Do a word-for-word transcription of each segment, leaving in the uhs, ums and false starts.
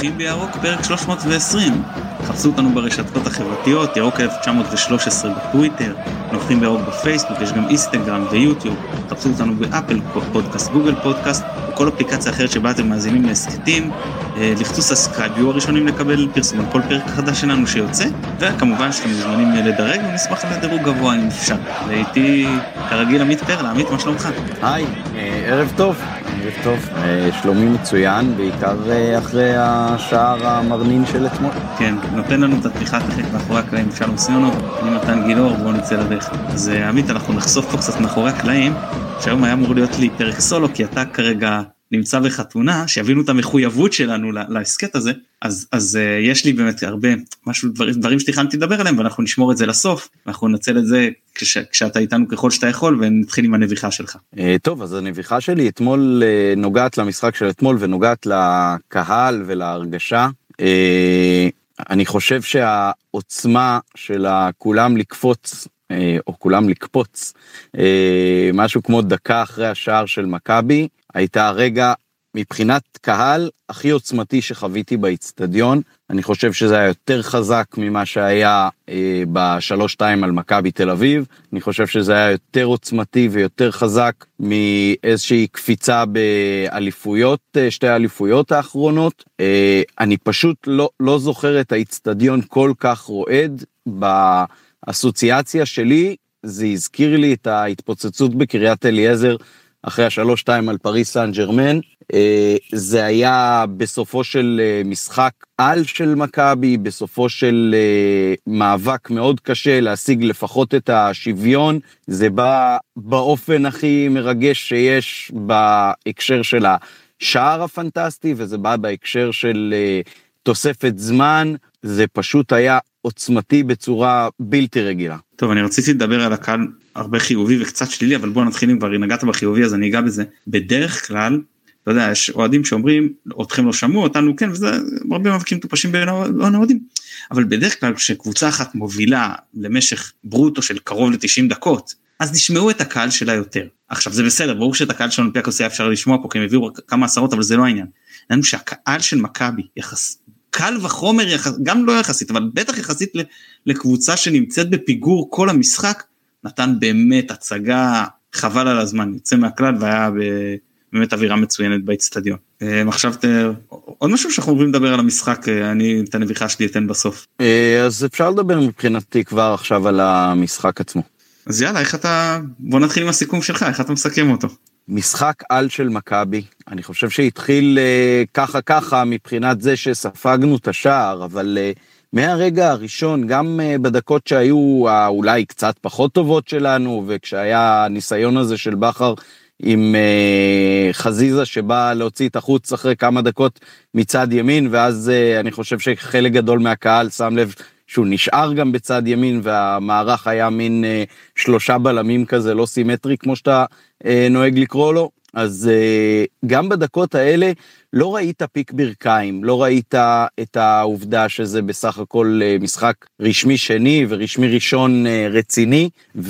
נוחים בירוק פרק שלוש מאות ועשרים. חפשו אותנו ברשתות החברתיות, ירוק אלף תשע מאות ושלוש עשרה בטוויטר, נוחים בירוק בפייסבוק, יש גם אינסטגרם ויוטיוב. חפשו אותנו באפל פודקאסט, גוגל פודקאסט, וכל אפליקציה אחרת שבה אתם מאזינים להסכתים. לחצו סאבסקרייב, יהיו הראשונים לקבל פרסום על כל פרק חדש שלנו שיוצא, וכמובן שאתם מוזמנים לדרג ונשמח לדירוג גבוה אם אפשר. ואיתי כרגיל עמית פרלה. עמית, מה שלומך? היי, ערב טוב. ערב טוב, שלומי מצוין, בעיקר אחרי השער המרנין של אתמול. כן, נותן לנו את התמיכה הטכנית מאחורי הקלעים, שלום סיונו, אני מתן גילאור, בואו נצא לדרך. אז עמית, אנחנו נחשוף פה קצת מאחורי הקלעים, שהיום היה אמור להיות לי פרק סולו, כי אתה כרגע נמצא בחתונה, שיבינו את המחויבות שלנו לעסקת הזה, אז, אז uh, יש לי באמת הרבה, משהו, דברים, דברים שתכנתי לדבר עליהם, ואנחנו נשמור את זה לסוף, ואנחנו נצל את זה כש, כשאתה איתנו ככל שאתה יכול, ונתחיל עם הנביחה שלך. Uh, טוב, אז הנביחה שלי אתמול uh, נוגעת למשחק של אתמול, ונוגעת לקהל ולהרגשה. Uh, אני חושב שהעוצמה של כולם לקפוץ, uh, או כולם לקפוץ, uh, משהו כמו דקה אחרי השער של מכבי, הייתה הרגע מבחינת קהל הכי עוצמתי שחוויתי באצטדיון. אני חושב שזה היה יותר חזק ממה שהיה אה, בשלוש שתיים על מכבי תל אביב. אני חושב שזה היה יותר עוצמתי ויותר חזק מאיזושהי קפיצה באליפויות, שתי האליפויות האחרונות. אה, אני פשוט לא, לא זוכר את האצטדיון כל כך רועד. באסוציאציה שלי זה הזכיר לי את ההתפוצצות בקריית אליעזר, אחרי השלוש שתיים על פריס סן ג'רמן. זה היה בסופו של משחק על של מכבי, בסופו של מאבק מאוד קשה להשיג לפחות את השוויון. זה בא באופן הכי מרגש שיש בהקשר של השער הפנטסטי, וזה בא בהקשר של תוספת זמן. זה פשוט היה עוצמתי בצורה בלתי רגילה. טוב, אני רציתי לדבר על הקהל הרבה חיובי וקצת שלילי, אבל בואו נתחיל, אם כבר נגעת בחיובי, אז אני אגע בזה. בדרך כלל, אתה יודע, יש אוהדים שאומרים, אתכם לא שמעו, אותנו כן, וזה הרבה מאבקים טופשים בין האוהדים. אבל בדרך כלל, כשקבוצה אחת מובילה למשך ברוטו של קרוב ל-תשעים דקות, אז נשמעו את הקהל שלה יותר. עכשיו, זה בסדר, ברור שאת הקהל של אולימפיאקוס היה אפשר לשמוע פה, כי הם הביאו כמה עשרות, אבל זה לא העניין. העניין שהקהל של מכבי יחס קל וחומר, יחס, גם לא יחסית, אבל בטח יחסית לקבוצה שנמצאת בפיגור כל המשחק, נתן באמת הצגה חבל על הזמן, יוצא מהכלל, והיה באמת אווירה מצוינת באצטדיון. עכשיו, עוד משהו שאנחנו עוברים לדבר על המשחק, אני את הנביחה שלי אתן בסוף. אז אפשר לדבר מבחינתי כבר עכשיו על המשחק עצמו. אז יאללה, איך אתה, בוא נתחיל עם הסיכום שלך, איך אתה מסכם אותו? משחק על של מכבי, אני חושב שהתחיל uh, ככה ככה מבחינת זה שספגנו את השער, אבל uh, מהרגע הראשון, גם uh, בדקות שהיו uh, אולי קצת פחות טובות שלנו, וכשהיה הניסיון הזה של בכר עם uh, חזיזה שבא להוציא את החוץ אחרי כמה דקות מצד ימין, ואז uh, אני חושב שחלק גדול מהקהל שם לב שהוא נשאר גם בצד ימין, והמערך היה מין אה, שלושה בלמים כזה, לא סימטרי, כמו שאתה אה, נוהג לקרוא לו. אז אה, גם בדקות האלה לא ראית פיק ברכיים, לא ראית את העובדה שזה בסך הכל אה, משחק רשמי שני ורשמי ראשון אה, רציני,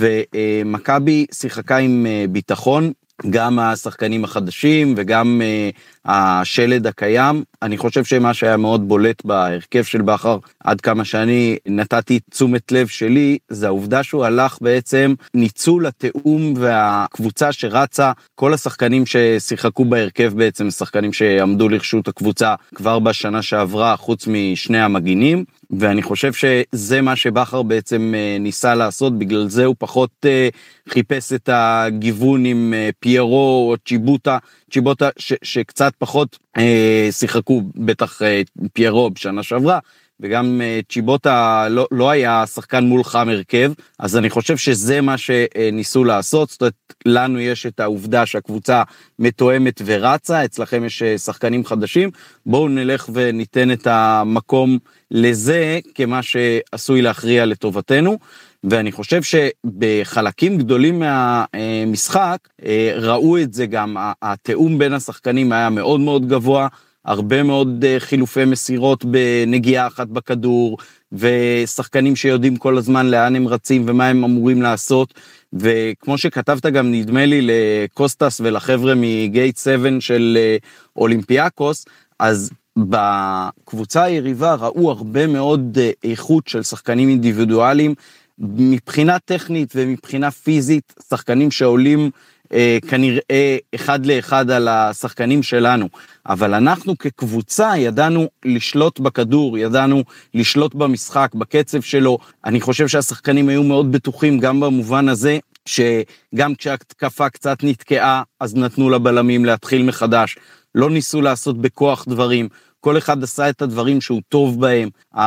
ומכבי שיחקה עם אה, ביטחון, גם השחקנים החדשים וגם uh, השלד הקיים. אני חושב שמה שהיה מאוד בולט בהרכב של בכר, עד כמה שאני נתתי תשומת לב שלי, זה העובדה שהוא הלך בעצם ניצול התאום והקבוצה שרצה, כל השחקנים ששיחקו בהרכב בעצם, שחקנים שעמדו לרשות הקבוצה כבר בשנה שעברה, חוץ משני המגינים, ואני חושב שזה מה שבכר בעצם ניסה לעשות, בגלל זה הוא פחות חיפש את הגיוון עם פיירו או צ'יבוטה, צ'יבוטה ש, שקצת פחות שיחקו, בטח פיירו בשנה שעברה, וגם צ'יבוטה לא, לא היה שחקן מול חם הרכב, אז אני חושב שזה מה שניסו לעשות. זאת אומרת, לנו יש את העובדה שהקבוצה מתואמת ורצה, אצלכם יש שחקנים חדשים, בואו נלך וניתן את המקום לזה כמה שעשוי להכריע לטובתנו, ואני חושב שבחלקים גדולים מהמשחק ראו את זה גם, התאום בין השחקנים היה מאוד מאוד גבוה, הרבה מאוד חילופי מסירות בנגיעה אחת בכדור, ושחקנים שיודעים כל הזמן לאן הם רצים ומה הם אמורים לעשות, וכמו שכתבת גם נדמה לי לקוסטס ולחבר'ה מגייט שבע של אולימפיאקוס, אז בקבוצה היריבה ראו הרבה מאוד איכות של שחקנים אינדיבידואליים, מבחינה טכנית ומבחינה פיזית, שחקנים שעולים אה, כנראה אחד לאחד על השחקנים שלנו, אבל אנחנו כקבוצה ידענו לשלוט בכדור, ידענו לשלוט במשחק, בקצב שלו. אני חושב שהשחקנים היו מאוד בטוחים גם במובן הזה, שגם כשהתקפה קצת נתקעה, אז נתנו לבלמים להתחיל מחדש, לא ניסו לעשות בכוח דברים, כל אחד עשה את הדברים שהוא טוב בהם,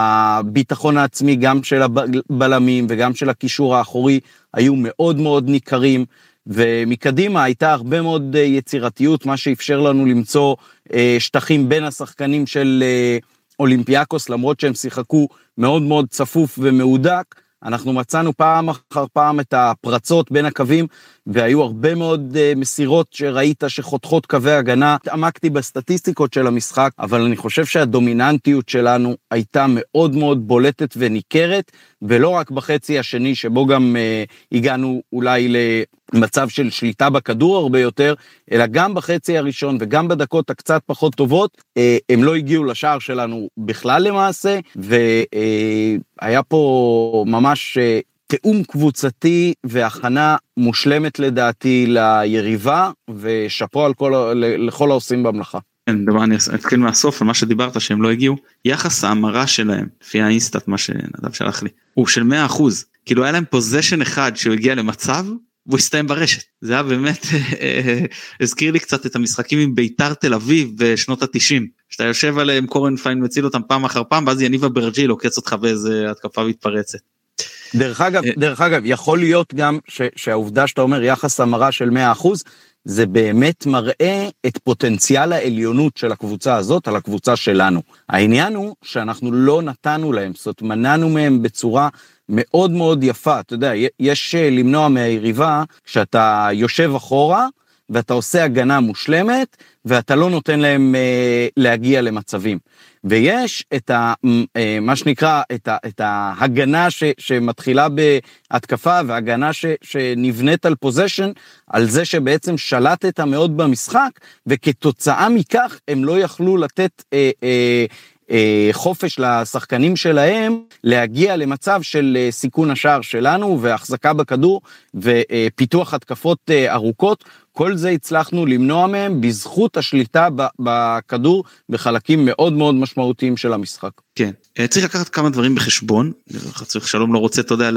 הביטחון העצמי גם של הבלמים וגם של הקישור האחורי היו מאוד מאוד ניכרים, ומקדימה הייתה הרבה מאוד יצירתיות, מה שאפשר לנו למצוא שטחים בין השחקנים של אולימפיאקוס, למרות שהם שיחקו מאוד מאוד צפוף ומהודק, אנחנו מצאנו פעם אחר פעם את הפרצות בין הקווים, והיו הרבה מאוד uh, מסירות שראית שחותכות קווי הגנה. התעמקתי בסטטיסטיקות של המשחק, אבל אני חושב שהדומיננטיות שלנו הייתה מאוד מאוד בולטת וניכרת, ולא רק בחצי השני שבו גם uh, הגענו אולי למצב של שליטה בכדור הרבה יותר, אלא גם בחצי הראשון וגם בדקות הקצת פחות טובות, uh, הם לא הגיעו לשער שלנו בכלל למעשה, והיה uh, פה ממש uh, תאום קבוצתי והכנה מושלמת לדעתי ליריבה, ושפו על כל, לכל העושים במלאכה. כן, דבר, אני אתחיל מהסוף על מה שדיברת שהם לא הגיעו, יחס האמרה שלהם, לפי האינסטאט, מה שנדב שלח לי, הוא של מאה אחוז, כאילו היה להם פוזיישן אחד שהוא הגיע למצב, והוא הסתיים ברשת, זה היה באמת, הזכיר לי קצת את המשחקים עם ביתר תל אביב בשנות ה-תשעים, שאתה יושב עליהם, קורן פיין מציל אותם פעם אחר פעם, ואז יניב אברג'יל עוקץ אותך באיזה התקפה מתפרצת. דרך אגב, דרך אגב, יכול להיות גם ש, שהעובדה שאתה אומר יחס המרה של מאה אחוז, זה באמת מראה את פוטנציאל העליונות של הקבוצה הזאת על הקבוצה שלנו. העניין הוא שאנחנו לא נתנו להם, זאת אומרת, מנענו מהם בצורה מאוד מאוד יפה. אתה יודע, יש למנוע מהיריבה, כשאתה יושב אחורה, ואתה עושה הגנה מושלמת, ואתה לא נותן להם אה, להגיע למצבים. ויש את ה, אה, מה שנקרא, את, ה, את ההגנה ש, שמתחילה בהתקפה, והגנה ש, שנבנית על פוזיישן, על זה שבעצם שלטת מאוד במשחק, וכתוצאה מכך הם לא יכלו לתת אה, אה, אה, חופש לשחקנים שלהם, להגיע למצב של אה, סיכון השער שלנו, והחזקה בכדור, ופיתוח התקפות אה, ארוכות, כל זה הצלחנו למנוע מהם בזכות השליטה בכדור בחלקים מאוד מאוד משמעותיים של המשחק. כן, צריך לקחת כמה דברים בחשבון, צריך שלום לא רוצה, אתה יודע,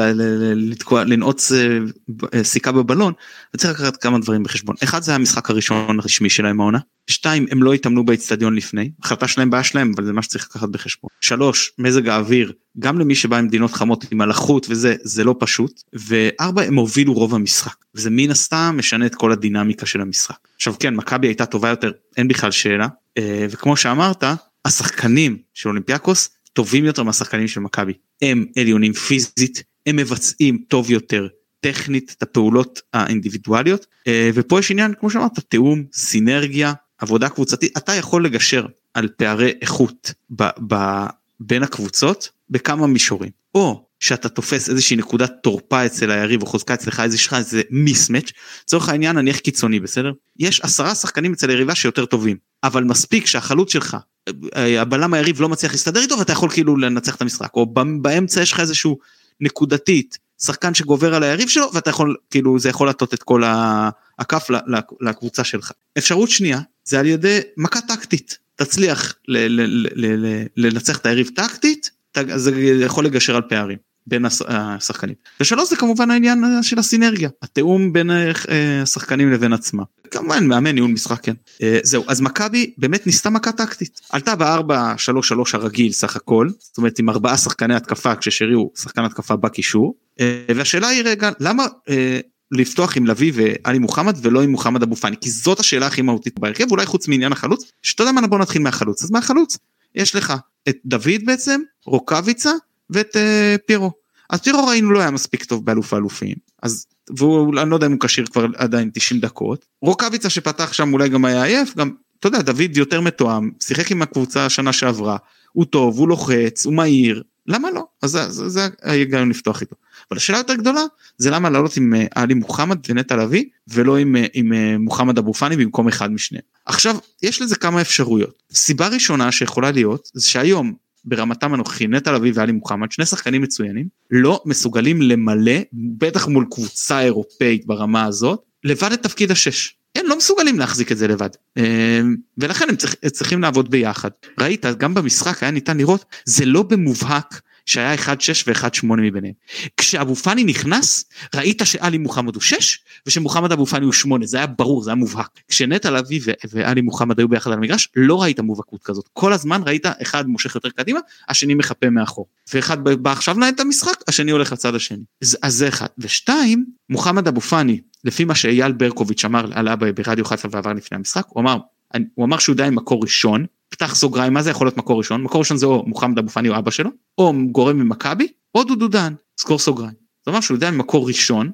לנעוץ סיכה בבלון, וצריך לקחת כמה דברים בחשבון. אחד, זה המשחק הראשון הרשמי שלהם העונה. שתיים, הם לא התאמנו באצטדיון לפני, החלטה שלהם בעיה שלהם, אבל זה מה שצריך לקחת בחשבון. שלוש, מזג האוויר, גם למי שבא עם מדינות חמות עם הלחות וזה, זה לא פשוט. וארבע, הם הובילו רוב המשחק, וזה מן הסתם משנה את כל הדינמיקה של המשחק. עכשיו כן, מכבי הייתה טובה יותר, אין בכלל שאלה, וכמו שאמרת, השחקנים של אולימפיאקוס טובים יותר מהשחקנים של מכבי. הם עליונים פיזית, הם מבצעים טוב יותר טכנית את הפעולות האינדיבידואליות, ופה יש עניין, כמו שאמרת, תאום, סינרגיה, עבודה קבוצתית, אתה יכול לגשר על פערי איכות ב- ב- בין הקבוצות בכמה מישורים, או שאתה תופס איזושהי נקודת תורפה אצל היריב, או חוזקה אצלך איזשך איזה מיסמץ', צורך העניין אני איך קיצוני, בסדר? יש עשרה שחקנים אצל היריבה שיותר טובים, אבל מספיק שהחלוץ שלך, הבלם היריב לא מצליח להסתדר איתו, ואתה יכול כאילו לנצח את המשחק, או באמצע יש לך איזשהו נקודתית, שחקן שגובר על היריב שלו, ואתה יכול, כאילו זה יכול לטות את כל הכף לקבוצה שלך. אפשרות שנייה, זה על ידי מכה טקטית, תצליח לנצח את היריב טקטית, זה יכול לגשר על פערים בין השחקנים. ושלוש זה כמובן העניין של הסינרגיה, התאום בין השחקנים לבין עצמה. כמובן מאמן ניהול משחק, כן. זהו, אז מכבי באמת ניסתה מכה טקטית. עלתה ב-ארבע שלוש שלוש הרגיל סך הכל, זאת אומרת עם ארבעה שחקני התקפה, כששרי הוא שחקן התקפה בקישור, והשאלה היא רגע, למה לפתוח עם לוי ואלי מוחמד ולא עם מוחמד אבו פאני? כי זאת השאלה הכי מהותית בהרכב, ואולי חוץ מעניין החלוץ, שאתה יודע מה, בוא נתחיל מהחלוץ. אז מהחלוץ יש לך את דוד בעצם, רוקאביצה ואת uh, פירו. אז פירו ראינו לא היה מספיק טוב באלוף האלופים, אז, ואני לא יודע אם הוא קשיר כבר עדיין תשעים דקות, רוקאביצה שפתח שם אולי גם היה עייף, גם, אתה יודע, דוד יותר מתואם, שיחק עם הקבוצה השנה שעברה, הוא טוב, הוא לוחץ, הוא מהיר, למה לא? אז זה, זה, זה ההיגיון לפתוח איתו. אבל השאלה יותר גדולה, זה למה לעלות עם עלי מוחמד ונטע לביא, ולא עם, עם מוחמד אבו פאני במקום אחד משניהם. עכשיו, יש לזה כמה אפשרויות. סיבה ראשונה שיכולה להיות, זה שהיום, ברמתם הנוכחי, נטע לביא ועלי מוחמד, שני שחקנים מצוינים, לא מסוגלים למלא, בטח מול קבוצה אירופאית ברמה הזאת, לבד את תפקיד השש. הם לא מסוגלים להחזיק את זה לבד, ולכן הם צריכים, צריכים לעבוד ביחד. ראית, גם במשחק היה ניתן לראות, זה לא במובהק שהיה אחד שש ואחד שמונה מביניהם. כשאבו פאני נכנס, ראית שאלי מוחמד הוא שש, ושמוחמד אבו פאני הוא שמונה, זה היה ברור, זה היה מובהק. כשנטע לביא ואלי מוחמד היו ביחד על המגרש, לא ראית מובהקות כזאת. כל הזמן ראית אחד מושך יותר קדימה, השני מחפה מאחור. ואחד בא עכשיו לנהל את המשחק, השני הולך לצד השני. אז זה אחד. ושתיים, מוחמד אבו פאני, לפי מה שאייל ברקוביץ' אמר עלה ברדיו חיפה ועבר לפני המשחק, הוא אמר, הוא אמר שהוא די עם מקור ראשון, פתח סוגריים, מה זה יכול להיות מקור ראשון? מקור ראשון זה או מוחמד אבו פאני או אבא שלו, או גורם ממכבי, או דודו דהן, סגור סוגריים. זאת אומרת שהוא די עם מקור ראשון,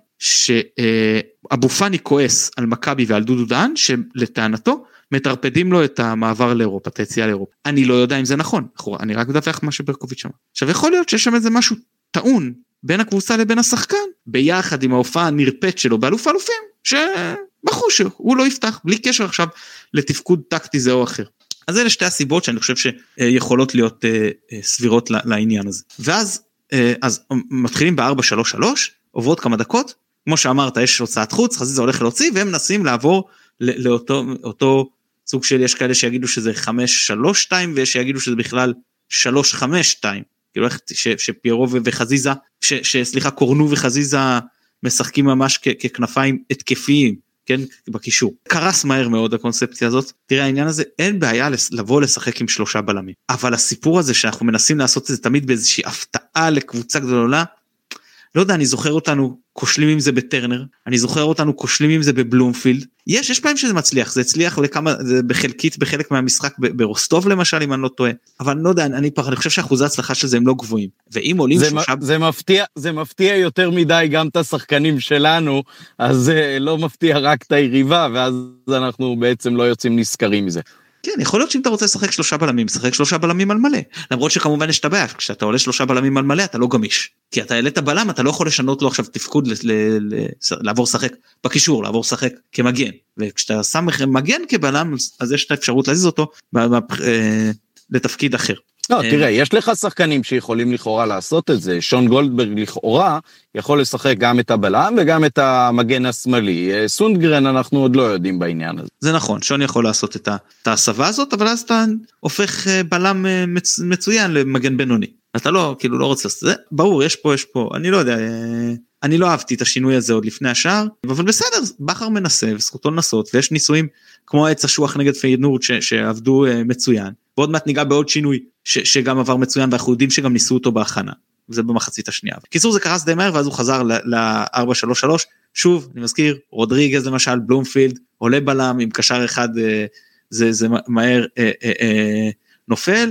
שאבו פאני כועס על מכבי ועל דודו דהן, שלטענתו מטרפדים לו את המעבר לאירופה, את היציאה לאירופה. אני לא יודע אם זה נכון, אני רק מדווח מה שברקוביץ' אמר. עכשיו יכול להיות שיש שם איזה משהו טעון, בין הקבוצה לבין השחקן, ביחד עם ההופעה הנרפאת שלו באלוף האלופים, שבחרו שהוא לא יפתח, בלי קשר עכשיו לתפקוד טקטי זה או אחר. אז אלה שתי הסיבות שאני חושב שיכולות להיות סבירות לעניין הזה. ואז אז מתחילים ב-ארבע שלוש שלוש, עוברות כמה דקות, כמו שאמרת, יש הוצאת חוץ, חזיזה הולך להוציא, והם מנסים לעבור לאותו אותו סוג של, יש כאלה שיגידו שזה חמש שלוש שתיים, ויש שיגידו שזה בכלל שלוש חמש שתיים, כאילו שפיירו וחזיזה, שסליחה, קורנו וחזיזה משחקים ממש ככנפיים התקפיים, כן, בקישור. קרס מהר מאוד הקונספציה הזאת. תראה, העניין הזה, אין בעיה לבוא לשחק עם שלושה בלמים. אבל הסיפור הזה שאנחנו מנסים לעשות את זה תמיד באיזושהי הפתעה לקבוצה גדולה, לא יודע, אני זוכר אותנו כושלים עם זה בטרנר, אני זוכר אותנו כושלים עם זה בבלומפילד, יש, יש פעמים שזה מצליח, זה הצליח לכמה, זה בחלקית, בחלק מהמשחק, ברוסטוב למשל, אם אני לא טועה, אבל אני לא יודע, אני, אני חושב שאחוזי ההצלחה של זה הם לא גבוהים, ואם עולים זה, שלושה... זה מפתיע, זה מפתיע יותר מדי גם את השחקנים שלנו, אז זה לא מפתיע רק את היריבה, ואז אנחנו בעצם לא יוצאים נזכרים מזה. כן, יכול להיות שאם אתה רוצה לשחק שלושה בלמים, שחק שלושה בלמים על מלא. למרות שכמובן יש את הבעיה, כשאתה עולה שלושה בלמים על מלא, אתה לא גמיש. כי אתה העלית בלם, אתה לא יכול לשנות לו עכשיו תפקוד, ל- ל- ל- לעבור שחק בקישור, לעבור שחק כמגן. וכשאתה שם מגן כבלם, אז יש את האפשרות להזיז אותו לתפקיד אחר. לא, תראה, יש לך שחקנים שיכולים לכאורה לעשות את זה. שון גולדברג לכאורה יכול לשחק גם את הבלם וגם את המגן השמאלי. סונדגרן אנחנו עוד לא יודעים בעניין הזה. זה נכון, שון יכול לעשות את ההסבה הזאת, אבל אז אתה הופך בלם מצוין למגן בינוני. אתה לא, כאילו לא רוצה לעשות את זה. ברור, יש פה, יש פה, אני לא יודע, אני לא אהבתי את השינוי הזה עוד לפני השאר, אבל בסדר, בחר מנסה וזכותו לנסות, ויש ניסויים כמו עץ השוח נגד פיינורד שעבדו מצוין. ועוד מעט ניגע בעוד שינוי ש, שגם עבר מצוין, ואנחנו יודעים שגם ניסו אותו בהכנה, וזה במחצית השנייה. קיצור זה קרס די מהר, ואז הוא חזר ל-ארבע שלוש שלוש, שוב, אני מזכיר, רודריגז למשל, בלומפילד, עולה בלם, עם קשר אחד, זה, זה מהר אה, אה, אה, נופל,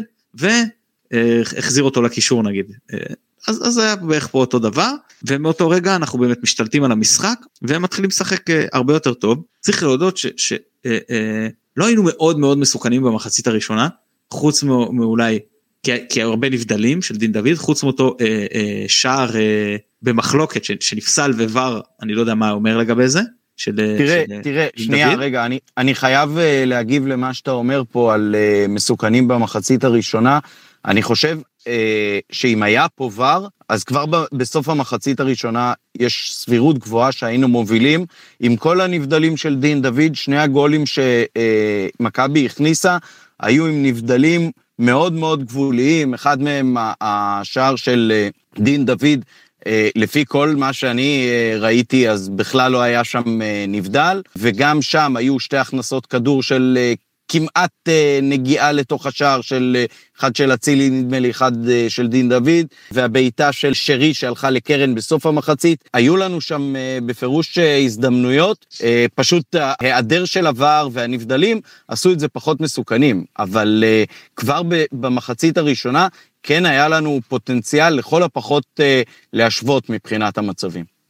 והחזיר אותו לקישור נגיד. אז, אז היה בערך פה אותו דבר, ומאותו רגע אנחנו באמת משתלטים על המשחק, והם מתחילים לשחק הרבה יותר טוב. צריך להודות ש... ש אה, אה, לא היינו מאוד מאוד מסוכנים במחצית הראשונה, חוץ מאולי, כי, כי הרבה נבדלים של דין דוד, חוץ מאותו אה, אה, שער אה, במחלוקת ש, שנפסל ובר, אני לא יודע מה אומר לגבי זה. של, תראה, של, תראה, שנייה, דוד. רגע, אני, אני חייב אה, להגיב למה שאתה אומר פה על אה, מסוכנים במחצית הראשונה, אני חושב אה, שאם היה פה ור, אז כבר ב, בסוף המחצית הראשונה יש סבירות גבוהה שהיינו מובילים, עם כל הנבדלים של דין דוד, שני הגולים שמכבי אה, הכניסה, היו עם נבדלים מאוד מאוד גבוליים, אחד מהם השער של אה, דין דוד, אה, לפי כל מה שאני אה, ראיתי, אז בכלל לא היה שם אה, נבדל, וגם שם היו שתי הכנסות כדור של אה, כמעט נגיעה לתוך השער של אחד של הצילי, נדמה לי, אחד של דין דוד, והביתה של שרי שהלכה לקרן בסוף המחצית. היו לנו שם בפירוש הזדמנויות, פשוט ההיעדר של עבר והנבדלים עשו את זה פחות מסוכנים, אבל כבר במחצית הראשונה כן היה לנו פוטנציאל לכל הפחות להשוות מבחינת המצבים.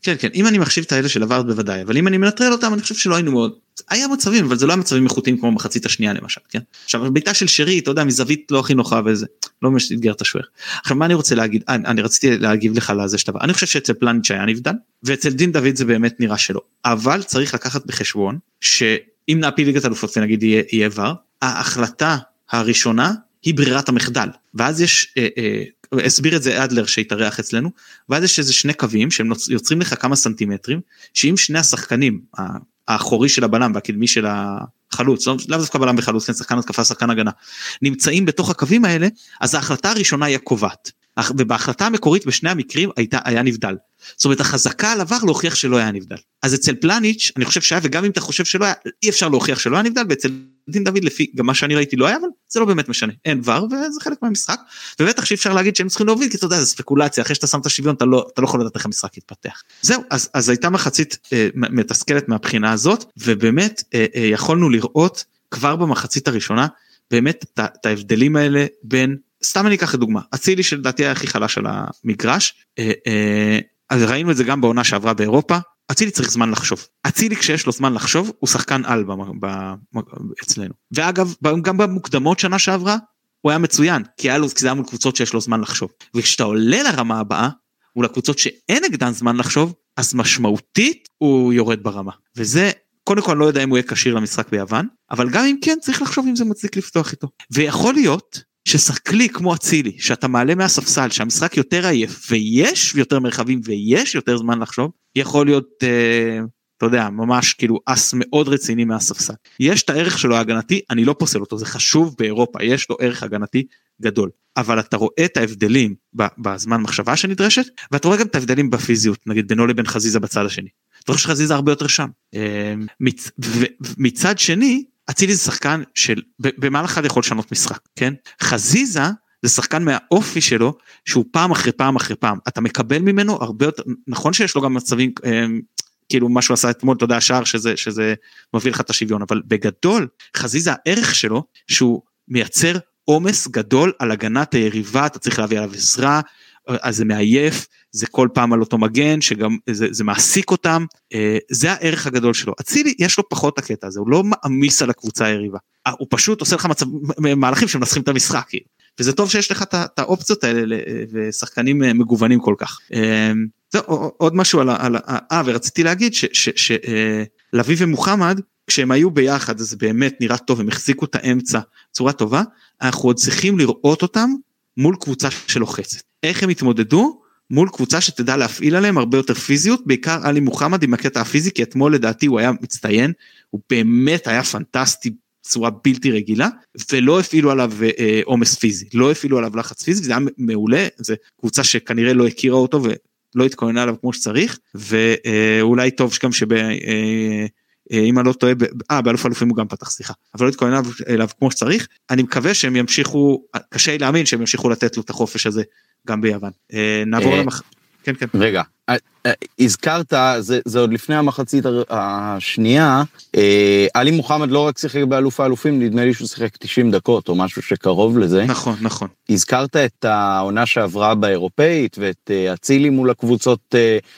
כן, כן, אם אני מחשיב את האלה של עברת בוודאי, אבל אם אני מנטרל אותם, אני חושב שלא היינו מאוד, היה מצבים, אבל זה לא מצבים איכותיים כמו מחצית השנייה למשל, כן? עכשיו, ביתה של שרי, אתה יודע, מזווית לא הכי נוחה וזה, לא ממש תתגר את השוער. עכשיו, מה אני רוצה להגיד? אני, אני רציתי להגיב לך לזה שטבע. אני חושב שאצל פלניץ' היה נבדל, ואצל דין דוד זה באמת נראה שלא. אבל צריך לקחת בחשבון, שאם נעפיל ליגת אלופות ונגיד יהיה, יהיה ור, ההחלטה הראשונה היא ברירת המחדל. ואז יש, אה, אה, הסביר את זה אדלר שהתארח אצלנו, ואז יש איזה שני קווים שהם יוצרים לך כמה סנטימטרים, שאם שני השחקנים, האחורי של הבלם והקדמי של החלוץ, לא דווקא בלם וחלוץ, כן, שחקן התקפה, שחקן הגנה, נמצאים בתוך הקווים האלה, אז ההחלטה הראשונה היא הקובעת, ובהחלטה המקורית בשני המקרים הייתה, היה נבדל. זאת אומרת, החזקה על עבר להוכיח שלא היה נבדל. אז אצל פלניץ', אני חושב שהיה, וגם אם אתה חושב שלא היה, אי אפשר להוכיח שלא היה נבדל, ואצל דין דוד לפי, גם מה שאני ראיתי לא היה, אבל זה לא באמת משנה. אין ור, וזה חלק מהמשחק, ובטח שאפשר להגיד שהם צריכים להוביל, כי אתה יודע, זה ספקולציה, אחרי שאתה שם את השוויון, אתה לא, אתה לא יכול לדעת איך המשחק יתפתח. זהו, אז, אז הייתה מחצית אה, מתסכלת מהבחינה הזאת, ובאמת אה, אה, יכולנו לראות כבר במחצית הראשונה, באמת את, את ההבדלים האלה בין, סתם אני אקח לדוגמה, אצילי שלדעתי היה הכי חלש על המגרש, אה, אה, אז ראינו את זה גם בעונה שעברה באירופה, אצילי צריך זמן לחשוב. אצילי כשיש לו זמן לחשוב, הוא שחקן על אצלנו. ואגב, גם במוקדמות שנה שעברה, הוא היה מצוין, כי היה לו, כי זה היה מול קבוצות שיש לו זמן לחשוב. וכשאתה עולה לרמה הבאה, ולקבוצות שאין נגדן זמן לחשוב, אז משמעותית הוא יורד ברמה. וזה, קודם כל לא יודע אם הוא יהיה קשיר למשחק ביוון, אבל גם אם כן, צריך לחשוב אם זה מצליק לפתוח איתו. ויכול להיות, ששחקלי כמו אצילי, שאתה מעלה מהספסל, שהמשחק יותר עייף, ויש יותר מרחבים, ויש יותר זמן לחשוב, יכול להיות, אה, אתה יודע, ממש כאילו אס מאוד רציני מהספסל. יש את הערך שלו ההגנתי, אני לא פוסל אותו, זה חשוב באירופה, יש לו ערך הגנתי גדול, אבל אתה רואה את ההבדלים בזמן מחשבה שנדרשת, ואתה רואה גם את ההבדלים בפיזיות, נגיד בינו לבין חזיזה בצד השני. אתה רואה שחזיזה הרבה יותר שם. מצ... מצד שני, אצילי זה שחקן של, במהלך אחד יכול לשנות משחק, כן? חזיזה זה שחקן מהאופי שלו, שהוא פעם אחרי פעם אחרי פעם, אתה מקבל ממנו הרבה יותר, נכון שיש לו גם מצבים, כאילו מה שהוא עשה אתמול, אתה יודע, השער שזה, שזה מביא לך את השוויון, אבל בגדול, חזיזה הערך שלו, שהוא מייצר עומס גדול על הגנת היריבה, אתה צריך להביא עליו עזרה, אז זה מעייף, זה כל פעם על אותו מגן, שגם זה, זה מעסיק אותם, זה הערך הגדול שלו. אצילי יש לו פחות הקטע הזה, הוא לא מעמיס על הקבוצה היריבה, הוא פשוט עושה לך מצב, מהלכים שמנסחים את המשחק, וזה טוב שיש לך את האופציות האלה, ושחקנים מגוונים כל כך. זה עוד משהו על, על, אה, ורציתי להגיד, שלוי ומוחמד, כשהם היו ביחד, זה באמת נראה טוב, הם החזיקו את האמצע, צורה טובה, אנחנו עוד צריכים לראות אותם, מול קבוצה שלוחצת. איך הם התמודדו? מול קבוצה שתדע להפעיל עליהם הרבה יותר פיזיות, בעיקר עלי מוחמד עם הקטע הפיזי, כי אתמול לדעתי הוא היה מצטיין, הוא באמת היה פנטסטי, צורה בלתי רגילה, ולא הפעילו עליו אה, עומס פיזי, לא הפעילו עליו לחץ פיזי, זה היה מעולה, זה קבוצה שכנראה לא הכירה אותו, ולא התכוננה עליו כמו שצריך, ואולי טוב שגם שב... אה, אם אני לא טועה, אה, באלוף אלופים הוא גם פתח, סליחה, אבל לא התכונן אליו כמו שצריך, אני מקווה שהם ימשיכו, קשה לי להאמין שהם ימשיכו לתת לו את החופש הזה, גם ביוון. נעבור למח... כן, כן. רגע, הזכרת, זה עוד לפני המחצית השנייה, עלי מוחמד לא רק שיחק באלוף האלופים, נדמה לי שהוא שיחק תשעים דקות, או משהו שקרוב לזה. נכון, נכון. הזכרת את העונה שעברה באירופאית, ואת אצילי מול הקבוצות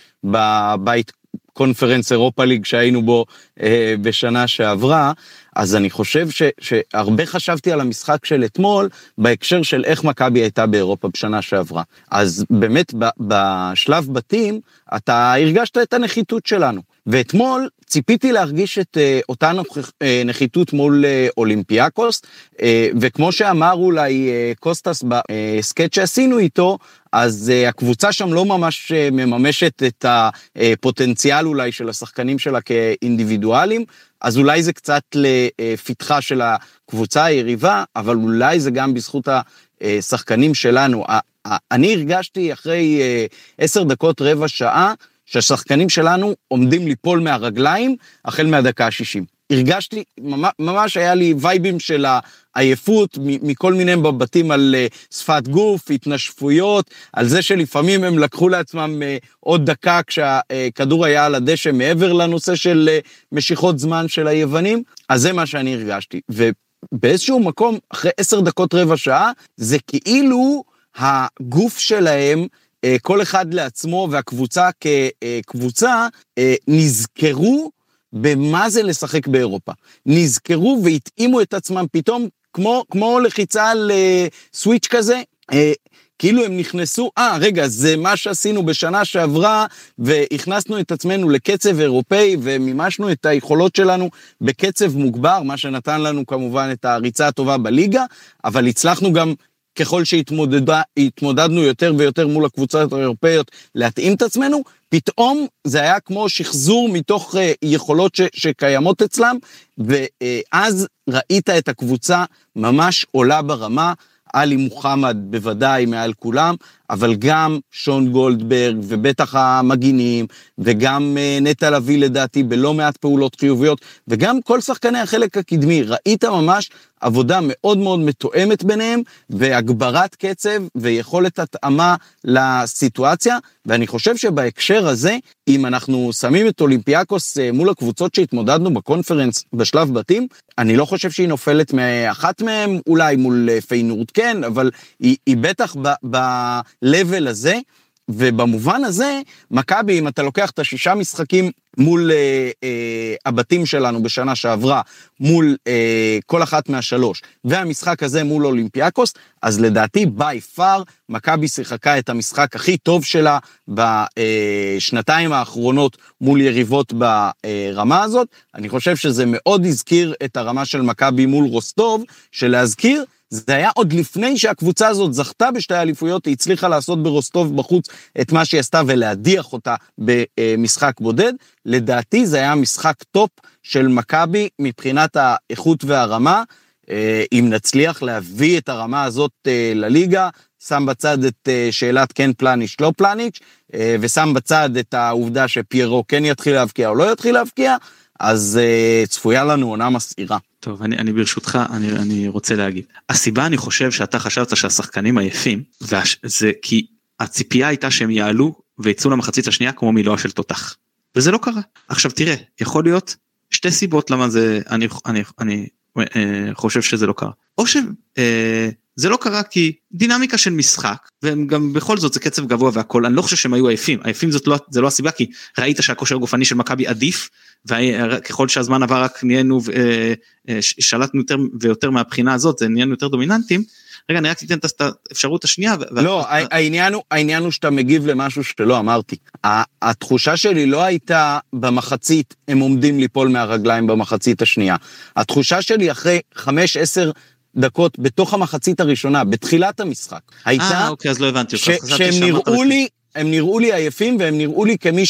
בבית קונפרנס אירופה ליג שהיינו בו אה, בשנה שעברה, אז אני חושב ש, שהרבה חשבתי על המשחק של אתמול, בהקשר של איך מכבי הייתה באירופה בשנה שעברה. אז באמת ב, בשלב בתים, אתה הרגשת את הנחיתות שלנו. ואתמול ציפיתי להרגיש את אה, אותה נחיתות מול אה, אולימפיאקוס, אה, וכמו שאמר אולי אה, קוסטס בסקט שעשינו איתו, אז uh, הקבוצה שם לא ממש uh, מממשת את הפוטנציאל אולי של השחקנים שלה כאינדיבידואלים, אז אולי זה קצת לפתחה של הקבוצה היריבה, אבל אולי זה גם בזכות השחקנים שלנו. אני הרגשתי אחרי עשר דקות רבע שעה, שהשחקנים שלנו עומדים ליפול מהרגליים, החל מהדקה ה-שישים. הרגשתי, ממש היה לי וייבים של העייפות, מכל מיני מבטים על שפת גוף, התנשפויות, על זה שלפעמים הם לקחו לעצמם עוד דקה כשהכדור היה על הדשא מעבר לנושא של משיכות זמן של היוונים, אז זה מה שאני הרגשתי. ובאיזשהו מקום, אחרי עשר דקות רבע שעה, זה כאילו הגוף שלהם כל אחד לעצמו והקבוצה כקבוצה נזכרו במה זה לשחק באירופה. נזכרו והתאימו את עצמם פתאום, כמו, כמו לחיצה על סוויץ' כזה, כאילו הם נכנסו, אה, רגע, זה מה שעשינו בשנה שעברה, והכנסנו את עצמנו לקצב אירופאי, ומימשנו את היכולות שלנו בקצב מוגבר, מה שנתן לנו כמובן את הריצה הטובה בליגה, אבל הצלחנו גם, ככל שהתמודדנו יותר ויותר מול הקבוצות האירופאיות, להתאים את עצמנו, פתאום זה היה כמו שחזור מתוך יכולות ש, שקיימות אצלם, ואז ראית את הקבוצה ממש עולה ברמה, אלי מוחמד בוודאי מעל כולם, אבל גם שון גולדברג ובטח המגינים, וגם נטע לביא לדעתי בלא מעט פעולות חיוביות, וגם כל שחקני החלק הקדמי, ראית ממש עבודה מאוד מאוד מתואמת ביניהם, והגברת קצב ויכולת התאמה לסיטואציה, ואני חושב שבהקשר הזה, אם אנחנו שמים את אולימפיאקוס מול הקבוצות שהתמודדנו בקונפרנס בשלב בתים, אני לא חושב שהיא נופלת מאחת מהם, אולי מול פיינורד כן, אבל היא, היא בטח ב... ב לבל הזה, ובמובן הזה, מכבי, אם אתה לוקח את השישה משחקים מול אה, אה, הבתים שלנו בשנה שעברה, מול אה, כל אחת מהשלוש, והמשחק הזה מול אולימפיאקוס, אז לדעתי, by far, מכבי שיחקה את המשחק הכי טוב שלה בשנתיים האחרונות מול יריבות ברמה הזאת. אני חושב שזה מאוד הזכיר את הרמה של מכבי מול רוסטוב, שלהזכיר, זה היה עוד לפני שהקבוצה הזאת זכתה בשתי האליפויות, היא הצליחה לעשות ברוסטוב בחוץ את מה שהיא עשתה ולהדיח אותה במשחק בודד. לדעתי זה היה משחק טופ של מכבי מבחינת האיכות והרמה, אם נצליח להביא את הרמה הזאת לליגה, שם בצד את שאלת כן פלניץ' לא פלניץ', ושם בצד את העובדה שפיירו כן יתחיל להבקיע או לא יתחיל להבקיע, אז צפויה לנו עונה מסעירה. טוב, אני, אני ברשותך, אני, אני רוצה להגיד. הסיבה אני חושב שאתה חשבת שהשחקנים עייפים, זה כי הציפייה הייתה שהם יעלו ויצאו למחצית השנייה כמו מילואה של תותח. וזה לא קרה. עכשיו תראה, יכול להיות שתי סיבות למה זה, אני, אני, אני אה, חושב שזה לא קרה. או שזה אה, לא קרה כי דינמיקה של משחק, והם גם בכל זאת זה קצב גבוה והכל, אני לא חושב שהם היו עייפים. עייפים זאת לא, זה לא הסיבה, כי ראית שהכושר הגופני של מכבי עדיף, וככל שהזמן עבר רק נהיינו, שלטנו יותר ויותר מהבחינה הזאת, זה נהיינו יותר דומיננטים. רגע, אני רק תיתן את האפשרות השנייה. לא, העניין הוא שאתה מגיב למשהו שלא אמרתי. התחושה שלי לא הייתה במחצית, הם עומדים ליפול מהרגליים במחצית השנייה. התחושה שלי אחרי חמש עשר דקות בתוך המחצית הראשונה, בתחילת המשחק, הייתה אוקיי, אז לא הבנתי אותך. שהם נראו לי, הם נראו לי עייפים, והם נראו לי כמי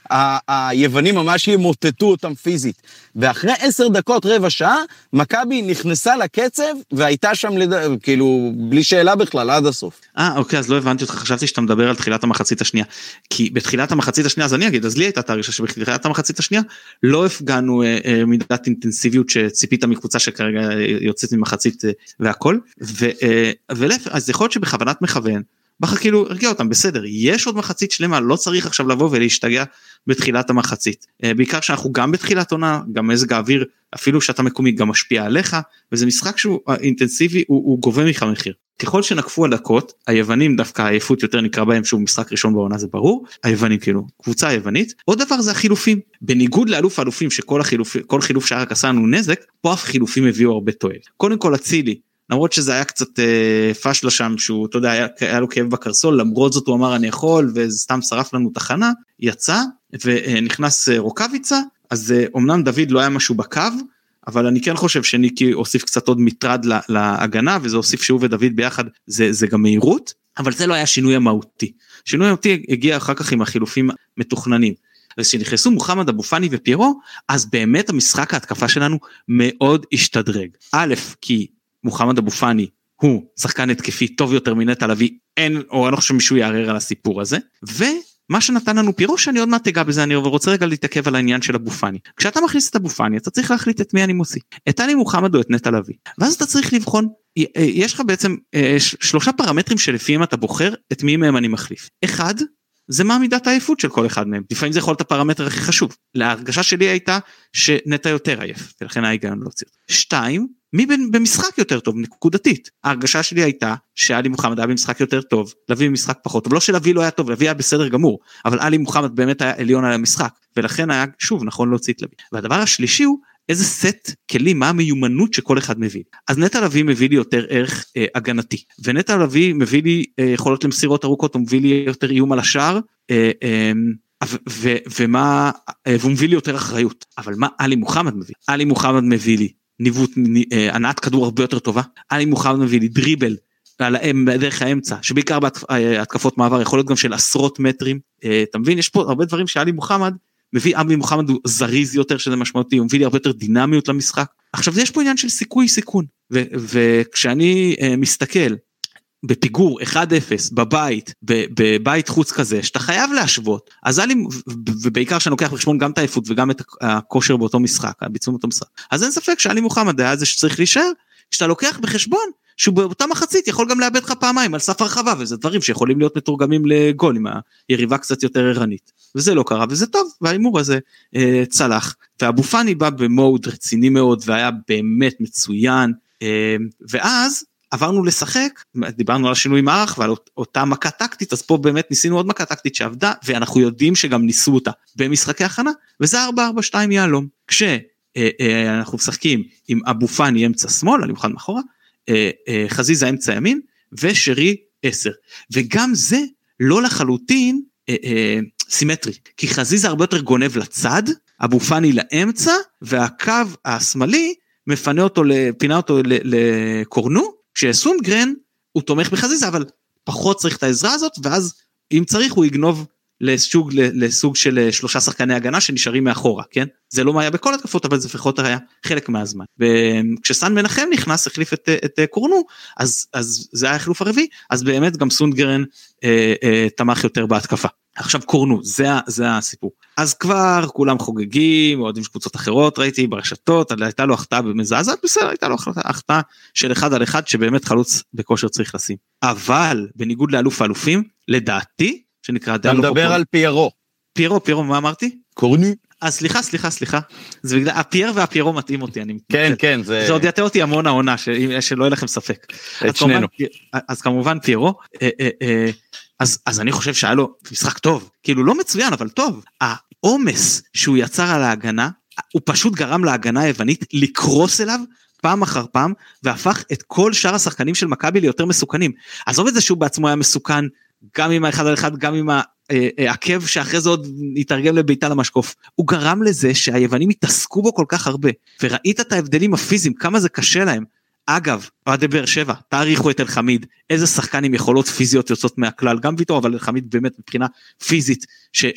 שהיוונים ממש ימוטטו אותם פיזית. ואחרי עשר דקות, רבע שעה, מכבי נכנסה לקצב, והייתה שם, לד... כאילו, בלי שאלה בכלל, עד הסוף. אה, אוקיי, אז לא הבנתי אותך, חשבתי שאתה מדבר על תחילת המחצית השנייה. כי בתחילת המחצית השנייה, אז אני אגיד, אז לי הייתה תארישה שבתחילת המחצית השנייה, לא הפגענו אה, אה, מידת אינטנסיביות שציפית מקבוצה שכרגע יוצאת ממחצית אה, והכל. ו, אה, ולפ... אז יכול להיות שבכוונת מכוון, בכך כאילו הרגיע אותם, בסדר, יש עוד מחצית שלמה, לא צריך עכשיו לבוא ולהשתגע בתחילת המחצית, בעיקר שאנחנו גם בתחילת עונה, גם מזג האוויר, אפילו שאתה מקומי גם משפיע עליך, וזה משחק שהוא אינטנסיבי, הוא, הוא גובה ממך מחיר. ככל שנקפו הדקות, היוונים דווקא העייפות יותר נקרא בהם, שהוא משחק ראשון בעונה זה ברור, היוונים כאילו, קבוצה היוונית, עוד דבר זה החילופים, בניגוד לאלוף האלופים שכל החילוף, כל חילוף שרק עשה לנו נזק, פה אף חילופים הביאו הרבה תועל. קודם כל אצילי, למרות שזה היה קצת אה, פשלה שם, שהוא, אתה יודע, היה, היה לו כאב בקרסול, למרות זאת הוא אמר אני יכול, וזה סתם שרף לנו תחנה, יצא, ונכנס אה, רוקביצה, אז אה, אומנם דוד לא היה משהו בקו, אבל אני כן חושב שניקי הוסיף קצת עוד מטרד לה, להגנה, וזה הוסיף שהוא ודוד ביחד, זה, זה גם מהירות, אבל זה לא היה שינוי המהותי. שינוי המהותי הגיע אחר כך עם החילופים מתוכננים. וכשנכנסו מוחמד אבו פאני ופיירו, אז באמת המשחק ההתקפה שלנו מאוד השתדרג. א', כי מוחמד אבו פאני הוא שחקן התקפי טוב יותר מנטע לביא, אין, או אני לא חושב שמישהו יערער על הסיפור הזה, ומה שנתן לנו פירו, שאני עוד מעט תגע בזה, אני רוצה רגע להתעכב על העניין של אבו פאני. כשאתה מכניס את אבו פאני, אתה צריך להחליט את מי אני מוציא, את אני מוחמד או את נטע לביא, ואז אתה צריך לבחון, יש לך בעצם שלושה פרמטרים שלפיהם אתה בוחר את מי מהם אני מחליף. אחד, זה מה מידת העייפות של כל אחד מהם, לפעמים זה יכול להיות הפרמטר הכי חשוב, להרגשה שלי הייתה שנטע יותר עייף, ולכן ההיגיון לא צריך. שתיים, מי במשחק יותר טוב, נקודתית. ההרגשה שלי הייתה שאלי מוחמד היה במשחק יותר טוב, לוי במשחק פחות טוב, לא שלוי לא היה טוב, לוי היה בסדר גמור, אבל אלי מוחמד באמת היה עליון על המשחק, ולכן היה שוב נכון להוציא את לוי. והדבר השלישי הוא, איזה סט כלים, מה המיומנות שכל אחד מביא. אז נטע לוי מביא לי יותר ערך אה, הגנתי, ונטע לוי מביא לי אה, יכולות למסירות ארוכות, הוא מביא לי יותר איום על השער, אה, אה, ו- ו- ומה, אה, והוא מביא לי יותר אחריות. אבל מה אלי מוחמד מביא? אלי מוחמד מביא לי ניווט, אה, הנעת כדור הרבה יותר טובה, אלי מוחמד מביא לי דריבל, על האם, דרך האמצע, שבעיקר בהתקפות מעבר, יכול להיות גם של עשרות מטרים, אה, אתה מבין, יש פה הרבה דברים שאלי מוחמד, מביא אבי מוחמד הוא זריז יותר, שזה משמעותי, הוא מביא לי הרבה יותר דינמיות למשחק. עכשיו, יש פה עניין של סיכוי סיכון, ו- וכשאני uh, מסתכל בפיגור אחד אפס, בבית, בבית חוץ כזה, שאתה חייב להשוות, אז אלי, ובעיקר שאני לוקח בחשבון גם את העייפות, וגם את הכושר באותו משחק, הביצוע באותו משחק, אז אין ספק שאלי מוחמד היה זה שצריך להישאר, כשאתה לוקח בחשבון, שהוא באותה מחצית יכול גם לאבד לך פעמיים על סף הרחבה, וזה דברים שיכולים להיות מתורגמים לגול, עם היריבה קצת יותר ערנית, וזה לא קרה, וזה טוב, והאימור הזה אה, צלח, ואבו פאני בא במוד רציני מאוד, והיה באמת מצוין, אה, ואז עברנו לשחק, דיברנו על השינוי מערך, ועל אותה מכה טקטית, אז פה באמת ניסינו עוד מכה טקטית שעבדה, ואנחנו יודעים שגם ניסו אותה במשחקי הכנה, וזה ארבע ארבע שתיים יעלום, כשאנחנו משחקים עם אבו פאני אמצע שמאל, אני מוכן מאחורה, חזיזה אמצע ימין, ושרי עשר, וגם זה לא לחלוטין סימטרי, כי חזיזה הרבה יותר גונב לצד, אבו פאני לאמצע, והקו השמאלי מפנה אותו, פינה אותו לקורנו, כשסונגרן הוא תומך בחזיזה, אבל פחות צריך את העזרה הזאת, ואז אם צריך הוא יגנוב לסוג, לסוג של שלושה שחקני הגנה שנשארים מאחורה, כן? זה לא מה היה בכל התקפות, אבל זה לפחות היה חלק מהזמן. וכשסן מנחם נכנס, החליף את, את קורנו, אז, אז זה היה החילוף הרביעי, אז באמת גם סונגרן אה, אה, תמך יותר בהתקפה. עכשיו קורנו, זה, זה הסיפור. אז כבר כולם חוגגים, אוהדים של קבוצות אחרות, ראיתי ברשתות, הייתה לו החטאה במזעזעת, בסדר, הייתה לו החטאה של אחד על אחד, שבאמת חלוץ בכושר צריך לשים. אבל, בניגוד לאלוף האלופים, לדעתי, שנקרא... אתה מדבר על פיירו. פיירו, פיירו, מה אמרתי? קורנו. אז סליחה, סליחה, סליחה. זה בגלל, הפייר והפיירו מתאים אותי, אני... כן, כן, זה... זה עוד יתה אותי המון העונה, שלא יהיה לכם ספק. את שנינו. אז כמובן פיירו, אז, אז אני חושב שהיה לו משחק טוב, כאילו לא מצוין, אבל טוב. העומס שהוא יצר על ההגנה, הוא פשוט גרם להגנה היוונית לקרוס אליו, פעם אחר פעם, והפך את כל שאר השחקנים של מכבי ליותר מסוכנים. עזוב את זה שהוא בעצמו היה מסוכן, גם עם האחד על אחד, גם עם העקב שאחרי זה עוד יתרגם לביתה למשקוף. הוא גרם לזה שהיוונים התעסקו בו כל כך הרבה, וראית את ההבדלים הפיזיים, כמה זה קשה להם. אגב, אוהדי באר שבע, תעריכו את אלחמיד, איזה שחקן עם יכולות פיזיות יוצאות מהכלל, גם ויתור, אבל אלחמיד באמת מבחינה פיזית,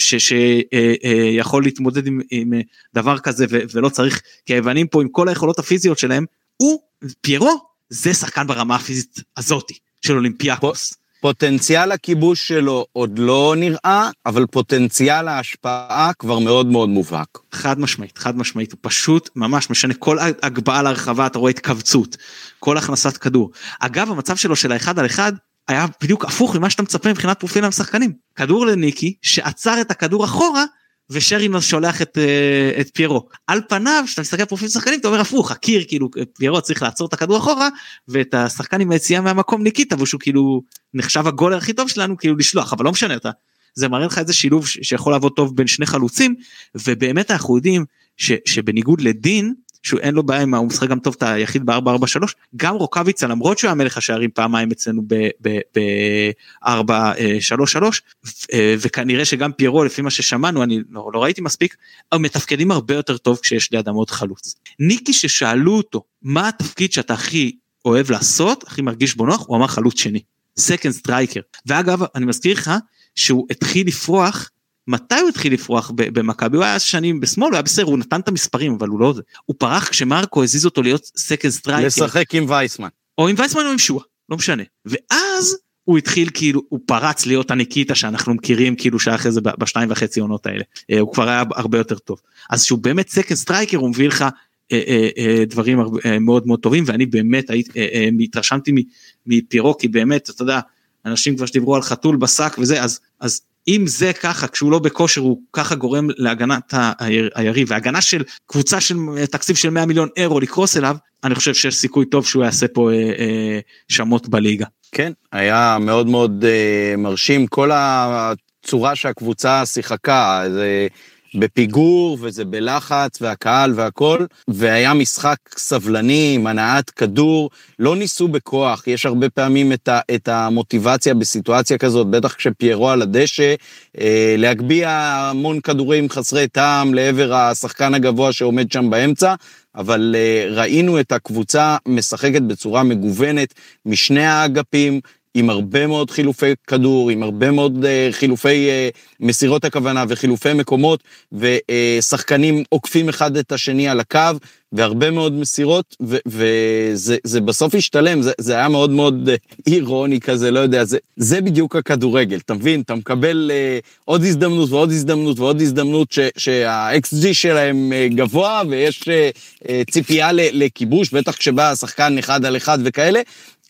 שיכול להתמודד עם, עם דבר כזה, ו, ולא צריך, כי היוונים פה עם כל היכולות הפיזיות שלהם, הוא, פיירו, זה שחקן ברמה הפיזית הזאת, של אולימפיאקוס. פוטנציאל הכיבוש שלו עוד לא נראה, אבל פוטנציאל ההשפעה כבר מאוד מאוד מובהק. חד משמעית, חד משמעית, הוא פשוט ממש משנה, כל הגבהה להרחבה, אתה רואה התכווצות, כל הכנסת כדור. אגב, המצב שלו של האחד על אחד, היה בדיוק הפוך ממה שאתה מצפה מבחינת פרופיל המשחקנים. כדור לניקי, שעצר את הכדור אחורה, ושרינו שולח את, את פיירו. על פניו, שאתה מסתכל פרופיל שחקנים, אתה אומר הפוך, הקיר, כאילו, פיירו צריך לעצור את הכדור אחורה, ואת השחקן עם היציאה מהמקום ניקיטה, ושהוא כאילו נחשב הגולר הכי טוב שלנו, כאילו לשלוח, אבל לא משנה, אתה, זה מראה לך איזה שילוב שיכול לעבוד טוב בין שני חלוצים, ובאמת אנחנו יודעים ש, שבניגוד לדין, שהוא אין לו בעיה עם, הוא משחק גם טוב את היחיד ב-ארבע ארבע שלוש, גם רוקביצה, למרות שהוא היה מלך השערים פעמיים אצלנו ב-ארבע שלוש שלוש, וכנראה שגם פיירו, לפי מה ששמענו, אני לא, לא ראיתי מספיק, מתפקדים הרבה יותר טוב כשיש לידם עוד חלוץ. ניקי ששאלו אותו, מה התפקיד שאתה הכי אוהב לעשות, הכי מרגיש בו נוח, הוא אמר חלוץ שני, סקנד סטרייקר, ואגב, אני מזכיר לך, שהוא התחיל לפרוח, מתי הוא התחיל לפרוח במכבי? הוא היה שנים בשמאל, הוא היה בסדר, הוא נתן את המספרים, אבל הוא לא זה. הוא פרח כשמרקו הזיז אותו להיות סקנד סטרייקר. לשחק עם וייסמן. או עם וייסמן או עם שואה, לא משנה. ואז הוא התחיל כאילו, הוא פרץ להיות הניקיטה שאנחנו מכירים, כאילו שהיה אחרי זה בשתיים וחצי עונות האלה. הוא כבר היה הרבה יותר טוב. אז שהוא באמת סקנד סטרייקר, הוא מביא לך דברים מאוד מאוד טובים, ואני באמת התרשמתי מפיירו, כי באמת, אתה יודע, אנשים כבר שדיברו על חתול בשק וזה, אז, אז אם זה ככה, כשהוא לא בכושר, הוא ככה גורם להגנת היריב, והגנה של קבוצה של תקציב של מאה מיליון אירו לקרוס אליו, אני חושב שיש סיכוי טוב שהוא יעשה פה אה, אה, שמות בליגה. כן, היה מאוד מאוד אה, מרשים, כל הצורה שהקבוצה שיחקה, זה בפיגור וזה בלחץ והקהל והכל, והיה משחק סבלני, מנעת כדור, לא ניסו בכוח, יש הרבה פעמים את, ה, את המוטיבציה בסיטואציה כזאת, בטח כשפיירו על הדשא, אה, להגביע המון כדורים חסרי טעם לעבר השחקן הגבוה שעומד שם באמצע, אבל uh, ראינו את הקבוצה משחקת בצורה מגוונת משני האגפים, עם הרבה מאוד חילופי כדור, עם הרבה מאוד uh, חילופי uh, מסירות הכוונה וחילופי מקומות, ושחקנים עוקפים אחד את השני על הקו, והרבה מאוד מסירות, וזה זה בסוף השתלם, זה, זה היה מאוד מאוד uh, אירוני כזה, לא יודע, זה, זה בדיוק הכדורגל, אתה מבין? אתה מקבל uh, עוד הזדמנות ועוד הזדמנות ועוד הזדמנות, שה-אקס ג'י שלהם uh, גבוה, ויש uh, uh, ציפייה לכיבוש, בטח כשבא השחקן אחד על אחד וכאלה,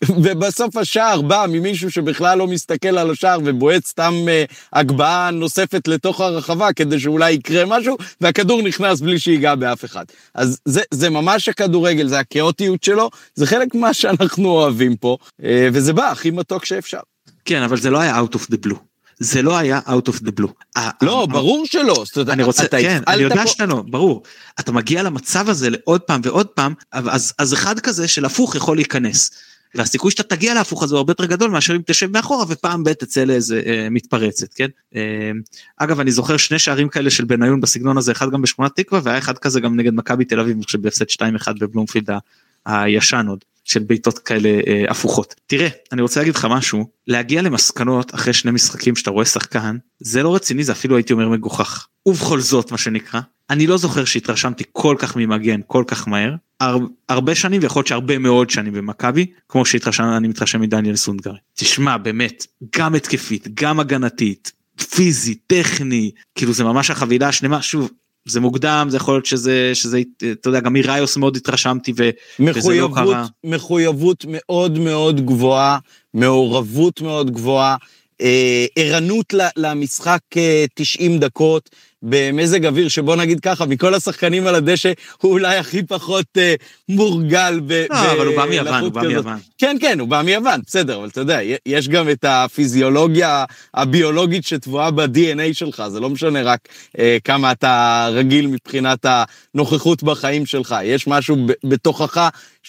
ובסוף השער בא ממישהו שבכלל לא מסתכל על השער ובועט סתם uh, הגבהה נוספת לתוך הרחבה כדי שאולי יקרה משהו, והכדור נכנס בלי שיגע באף אחד. אז זה, זה ממש הכדורגל, זה הכאוטיות שלו, זה חלק מה שאנחנו אוהבים פה, uh, וזה בא הכי מתוק שאפשר. כן, אבל זה לא היה out of the blue. זה לא היה out of the blue. לא, ברור שלא. אני רוצה, כן, אני יודע שאתה לא, ברור. אתה מגיע למצב הזה לעוד פעם ועוד פעם, אז, אז אחד כזה של הפוך יכול להיכנס. והסיכוי שאתה תגיע להפוך הזה הוא הרבה יותר גדול מאשר אם תשב מאחורה ופעם ב' תצא לאיזה אה, מתפרצת, כן? אה, אגב, אני זוכר שני שערים כאלה של בניון בסגנון הזה, אחד גם בשכונת תקווה, והיה אחד כזה גם נגד מכבי תל אביב, בהפסד שתיים אחד בבלומפילד הישן עוד, של ביתות כאלה אה, הפוכות. תראה, אני רוצה להגיד לך משהו, להגיע למסקנות אחרי שני משחקים שאתה רואה שחקן, זה לא רציני, זה אפילו הייתי אומר מגוחך. ובכל זאת, מה שנקרא, אני לא זוכר שהתרשמתי כל כך ממגן, כל כך מהר, הר, הרבה שנים, ויכול להיות שהרבה מאוד שנים במכבי, כמו שהתרשם, אני מתרשם מדניאל סונדגרן. תשמע, באמת, גם התקפית, גם הגנתית, פיזי, טכני, כאילו זה ממש החבילה השלמה, שוב, זה מוקדם, זה יכול להיות שזה, שזה, אתה יודע, גם מראיוס מאוד התרשמתי, ו, וזה לא קרה. מחויבות מאוד מאוד גבוהה, מעורבות מאוד גבוהה, אה, ערנות למשחק תשעים דקות, במזג אוויר שבוא נגיד ככה, מכל השחקנים על הדשא, הוא אולי הכי פחות אה, מורגל. ב- לא, ב- אבל הוא בא מיוון, הוא בא מיוון. כן, כן, הוא בא מיוון, בסדר, אבל אתה יודע, יש גם את הפיזיולוגיה הביולוגית שטבועה ב-די אן איי שלך, זה לא משנה רק אה, כמה אתה רגיל מבחינת הנוכחות בחיים שלך, יש משהו ב- בתוכך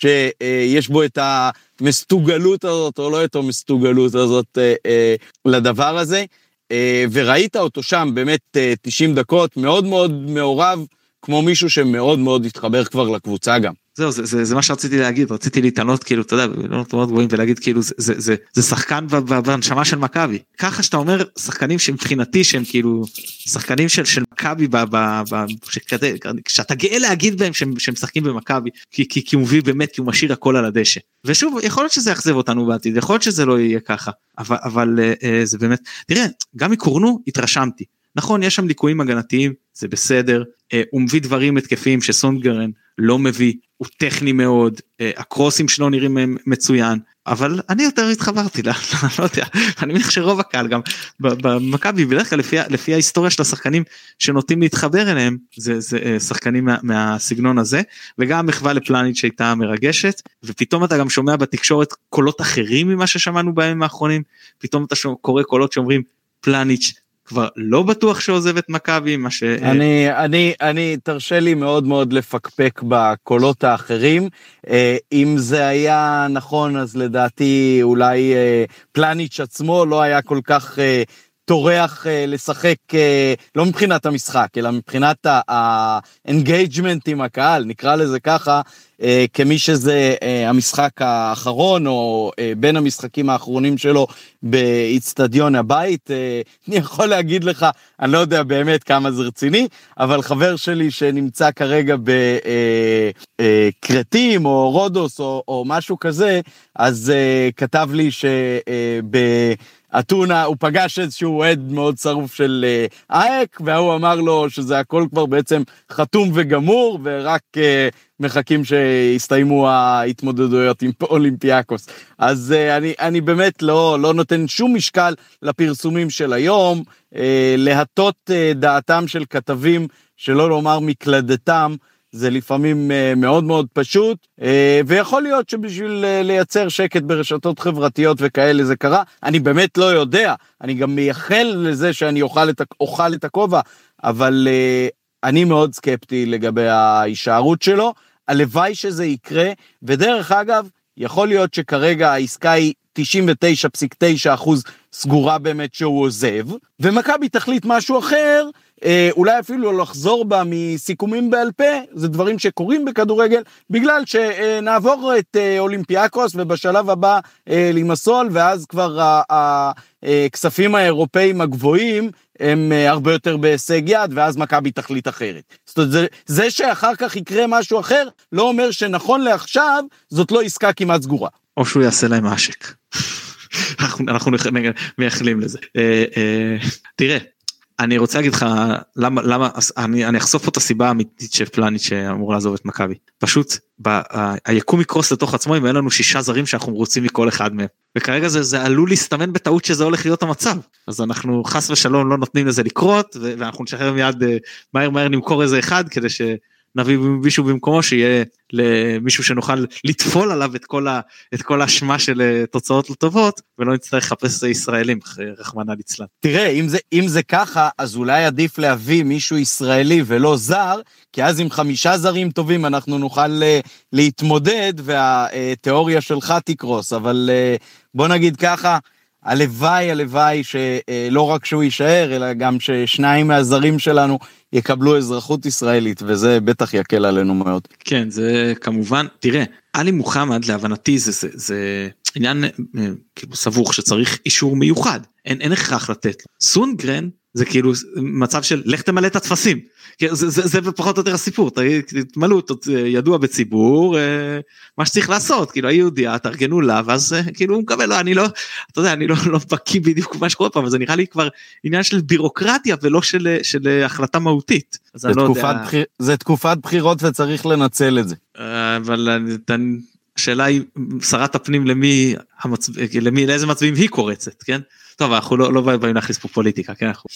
שיש בו את המסתוגלות הזאת, או לא את המסתוגלות הזאת אה, אה, לדבר הזה, וראית אותו שם באמת תשעים דקות, מאוד מאוד מעורב, כמו מישהו שמאוד מאוד התחבר כבר לקבוצה גם. זהו, זה, זה, זה מה שרציתי להגיד, רציתי להתענות כאילו, אתה יודע, לא מאוד גבוהים ולהגיד כאילו, זה, זה, זה, זה שחקן בהנשמה של מכבי. ככה שאתה אומר, שחקנים שמבחינתי שהם כאילו, שחקנים של, של מכבי, שאתה גאה להגיד בהם שהם, שהם משחקים במכבי, כי, כי, כי הוא מביא באמת, כי הוא משאיר הכל על הדשא. ושוב, יכול להיות שזה יחזב אותנו בעתיד, יכול להיות שזה לא יהיה ככה, אבל, אבל זה באמת, תראה, גם מקורנו התרשמתי. נכון, יש שם ליקויים הגנתיים, זה בסדר, הוא מביא דברים התקפיים שסונדגרן לא מביא, הוא טכני מאוד, הקרוסים שלו נראים מצוין, אבל אני יותר התחברתי, לא, לא יודע, אני מניח שרוב הקהל גם, במכבי, בדרך כלל לפי, לפי ההיסטוריה של השחקנים שנוטים להתחבר אליהם, זה, זה שחקנים מה, מהסגנון הזה, וגם המחווה לפלניץ' שהייתה מרגשת, ופתאום אתה גם שומע בתקשורת קולות אחרים ממה ששמענו בהם האחרונים, פתאום אתה קורא קולות שאומרים, פלניץ' כבר לא בטוח שעוזב את מכבי, מה ש... אני, אני, אני, תרשה לי מאוד מאוד לפקפק בקולות האחרים, אם זה היה נכון, אז לדעתי אולי פלניץ' עצמו לא היה כל כך תורח לשחק, לא מבחינת המשחק, אלא מבחינת האנגייג'מנט עם הקהל, נקרא לזה ככה, כמי שזה המשחק האחרון, או בין המשחקים האחרונים שלו באצטדיון הבית, אני יכול להגיד לך, אני לא יודע באמת כמה זה רציני, אבל חבר שלי שנמצא כרגע בקרטים, או רודוס, או, או משהו כזה, אז כתב לי שב... אתונה, הוא פגש איזשהו אוהד מאוד צרוף של אייק, והוא אמר לו שזה הכל כבר בעצם חתום וגמור, ורק מחכים שיסתיימו ההתמודדויות עם אולימפיאקוס. אז אני, אני באמת לא, לא נותן שום משקל לפרסומים של היום, להטות דעתם של כתבים, שלא לומר מקלדתם, זה לפעמים מאוד מאוד פשוט, ויכול להיות שבשביל לייצר שקט ברשתות חברתיות וכאלה זה קרה, אני באמת לא יודע, אני גם מייחל לזה שאני אוכל את, אוכל את הכובע, אבל אני מאוד סקפטי לגבי ההישארות שלו, הלוואי שזה יקרה, ודרך אגב, יכול להיות שכרגע העסקה היא תשעים ותשע נקודה תשע אחוז סגורה באמת שהוא עוזב, ומכבי תחליט משהו אחר, אולי אפילו לחזור בה מסיכומים בעל פה, זה דברים שקורים בכדורגל, בגלל שנעבור את אולימפיאקוס, ובשלב הבא למסול, ואז כבר הכספים האירופאים הגבוהים, הם הרבה יותר בהישג יד, ואז מכבי תחליט אחרת. זאת אומרת, זה, זה שאחר כך יקרה משהו אחר, לא אומר שנכון לעכשיו, זאת לא עסקה כמעט סגורה. או שהוא יעשה להם משק. אנחנו, אנחנו מייחלים לזה. תראה, אני רוצה להגיד לך, למה, למה, אני, אני אחשוף פה את הסיבה האמיתית של פלניץ' שאמור לעזוב את מכבי. פשוט, ב, היקום יקרוס לתוך עצמו, אם אין לנו שישה זרים שאנחנו רוצים מכל אחד מהם. וכרגע זה, זה עלול להסתמן בטעות שזה הולך להיות המצב. אז אנחנו חס ושלום לא נותנים לזה לקרות, ואנחנו נשחרר מיד מהר מהר נמכור איזה אחד, כדי ש... נביא מישהו במקומו שיהיה למישהו שנוכל לטפול עליו את כל, ה, את כל האשמה של תוצאות לא טובות, ולא נצטרך לחפש ישראלים, רחמנא ליצלן. תראה, אם זה, אם זה ככה, אז אולי עדיף להביא מישהו ישראלי ולא זר, כי אז עם חמישה זרים טובים אנחנו נוכל להתמודד, והתיאוריה שלך תקרוס, אבל בוא נגיד ככה, הלוואי, הלוואי שלא רק שהוא יישאר, אלא גם ששניים מהזרים שלנו יקבלו אזרחות ישראלית, וזה בטח יקל עלינו מאוד. כן, זה כמובן, תראה, עלי מוחמד, להבנתי, זה, זה, זה עניין כאילו סבוך שצריך אישור מיוחד, אין, אין הכרח לתת. סונגרן, זה כאילו מצב של, לך תמלא את התפסים, זה, זה, זה פחות או יותר הסיפור, תמלאו, ידוע בציבור, מה שצריך לעשות, כאילו היהודיה, תארגנו לה, ואז כאילו הוא מקבל, לא, אני לא, אתה יודע, אני לא, לא בקיא בדיוק מה שקורה פה, אבל זה נראה לי כבר עניין של בירוקרטיה, ולא של, של החלטה מהותית. זה, לא תקופת, יודע... בחיר, זה תקופת בחירות וצריך לנצל את זה. אבל השאלה היא, שרת הפנים למי, המצב... למי, לאיזה מצביעים היא קורצת, כן? טוב, אנחנו לא, לא באים להכניס פה פוליטיקה, כן? אנחנו...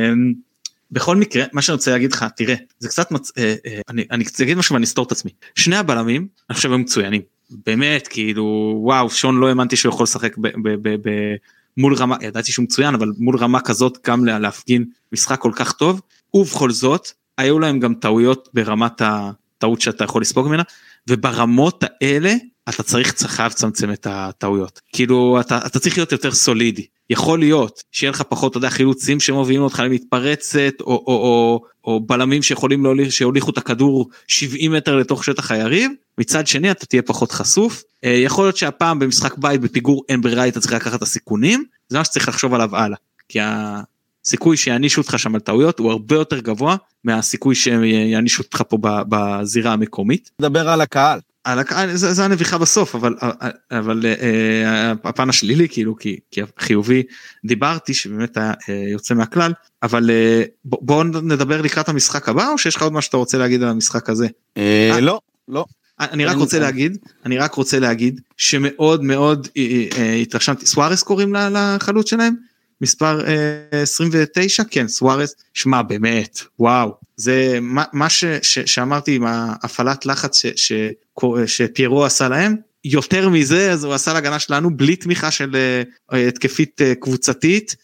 בכל מקרה, מה שאני רוצה להגיד לך, תראה, זה קצת, מצ... אני, אני אגיד משהו ואני אסתור את עצמי. שני הבלמים, אני חושב הם מצוינים. באמת, כאילו, וואו, שון לא האמנתי שהוא יכול לשחק ב, ב, ב, ב, מול רמה, ידעתי שהוא מצוין, אבל מול רמה כזאת גם להפגין משחק כל כך טוב, ובכל זאת, היו להם גם טעויות ברמת הטעות שאתה יכול לספוג ממנה, וברמות האלה, אתה צריך, צריך לצמצם את הטעויות. כאילו, אתה, אתה צריך להיות יותר סולידי. יכול להיות שיהיה לך פחות, אתה יודע, חילוצים שמובילים אותך למתפרצת, או, או, או, או בלמים שיכולים להוליך, שהוליכו את הכדור שבעים מטר לתוך שטח היריב, מצד שני אתה תהיה פחות חשוף, יכול להיות שהפעם במשחק בית בפיגור אין ברירה, אתה צריך לקחת את הסיכונים, זה מה שצריך לחשוב עליו הלאה, כי הסיכוי שיענישו אותך שם על טעויות, הוא הרבה יותר גבוה, מהסיכוי שיענישו אותך פה בזירה המקומית. דבר על הקהל. על הקהל, זה, זה הנביכה בסוף, אבל, אבל אה, הפן השלילי, כאילו, כי, כי החיובי דיברתי, שבאמת היה אה, יוצא מהכלל, אבל אה, בואו נדבר לקראת המשחק הבא, או שיש לך עוד מה שאתה רוצה להגיד על המשחק הזה? אה, אה, לא, לא. אני רק רוצה להגיד, אני רק רוצה להגיד, שמאוד מאוד אה, אה, התרשמתי, סוארס קוראים לה, לחלוץ שלהם? מספר אה, עשרים ותשע, כן, סוארס, שמע, באמת, וואו, זה מה, מה ש, ש, שאמרתי עם ההפעלת לחץ ש, ש, שפיירו עשה להם, יותר מזה, אז הוא עשה להגנה שלנו, בלי תמיכה של אה, התקפית אה, קבוצתית,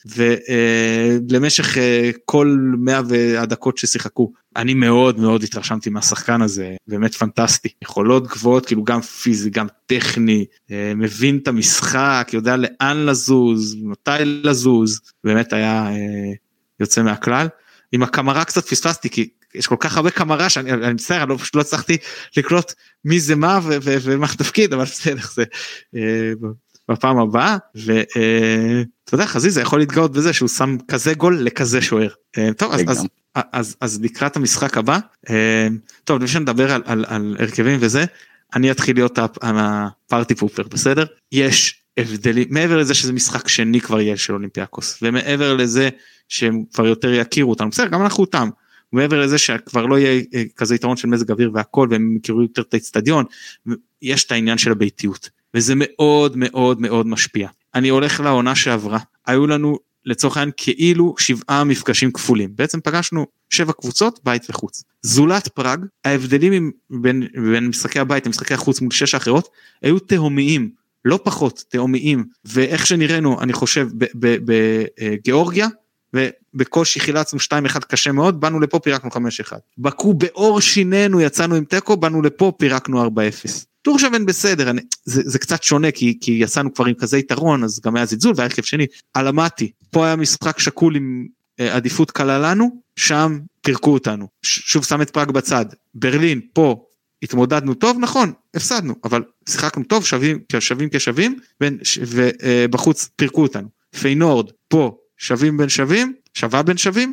ולמשך אה, כל מאה והדקות ששיחקו, אני מאוד מאוד התרשמתי מהשחקן הזה, באמת פנטסטי, יכולות גבוהות, כאילו גם פיזי, גם טכני, אה, מבין את המשחק, יודע לאן לזוז, מתי לזוז, באמת היה אה, יוצא מהכלל, עם הקמרה קצת פספסתי, כי יש כל כך הרבה קמרה, שאני אני מצטער, אני פשוט לא הצלחתי לקלוט מי זה מה, ו- ו- ומה התפקיד, אבל בסדר, זה אה, בפעם הבאה, ואתה אה, יודע, חזיזה יכול להתגאות בזה, שהוא שם כזה גול לכזה שוער. אה, טוב, אז, אז, אז, אז, אז לקראת המשחק הבא, אה, טוב, לפני שנדבר על, על, על הרכבים וזה, אני אתחיל להיות הפארטי פופר, בסדר? יש הבדלים, מעבר לזה שזה משחק שני כבר יהיה של אולימפיאקוס, ומעבר לזה שהם כבר יותר יכירו אותנו, בסדר, גם אנחנו אותם, ומעבר לזה שכבר לא יהיה כזה יתרון של מזג אוויר והכל, והם יכירו יותר את האצטדיון, יש את העניין של הביתיות, וזה מאוד מאוד מאוד משפיע. אני הולך לעונה שעברה, היו לנו לצורך העניין כאילו שבעה מפגשים כפולים, בעצם פגשנו שבע קבוצות, בית וחוץ. זולת פראג, ההבדלים בין, בין משחקי הבית למשחקי החוץ מול שש האחרות, היו תהומיים, לא פחות תהומיים, ואיך שנראינו, אני חושב, בגיאורגיה, ובקושי חילצנו שתיים אחד קשה מאוד, באנו לפה פירקנו חמש אחד. בקו באור שיננו, יצאנו עם טקו, באנו לפה פירקנו ארבע אפס. טור שווין בסדר, אני, זה, זה קצת שונה, כי, כי יצאנו כבר עם כזה יתרון, אז גם היה זלזול, והרכב שני, אלמתי, פה היה משחק שקול עם אה, עדיפות קלה לנו, שם פירקו אותנו, ש, שוב שם את פראג בצד, ברלין, פה, התמודדנו טוב, נכון, הפסדנו, אבל שיחקנו טוב, שווים כשווים כשווים, ובחוץ פירקו אותנו. פיינורד, פה, שווים בין שווים, שווה בין שווים,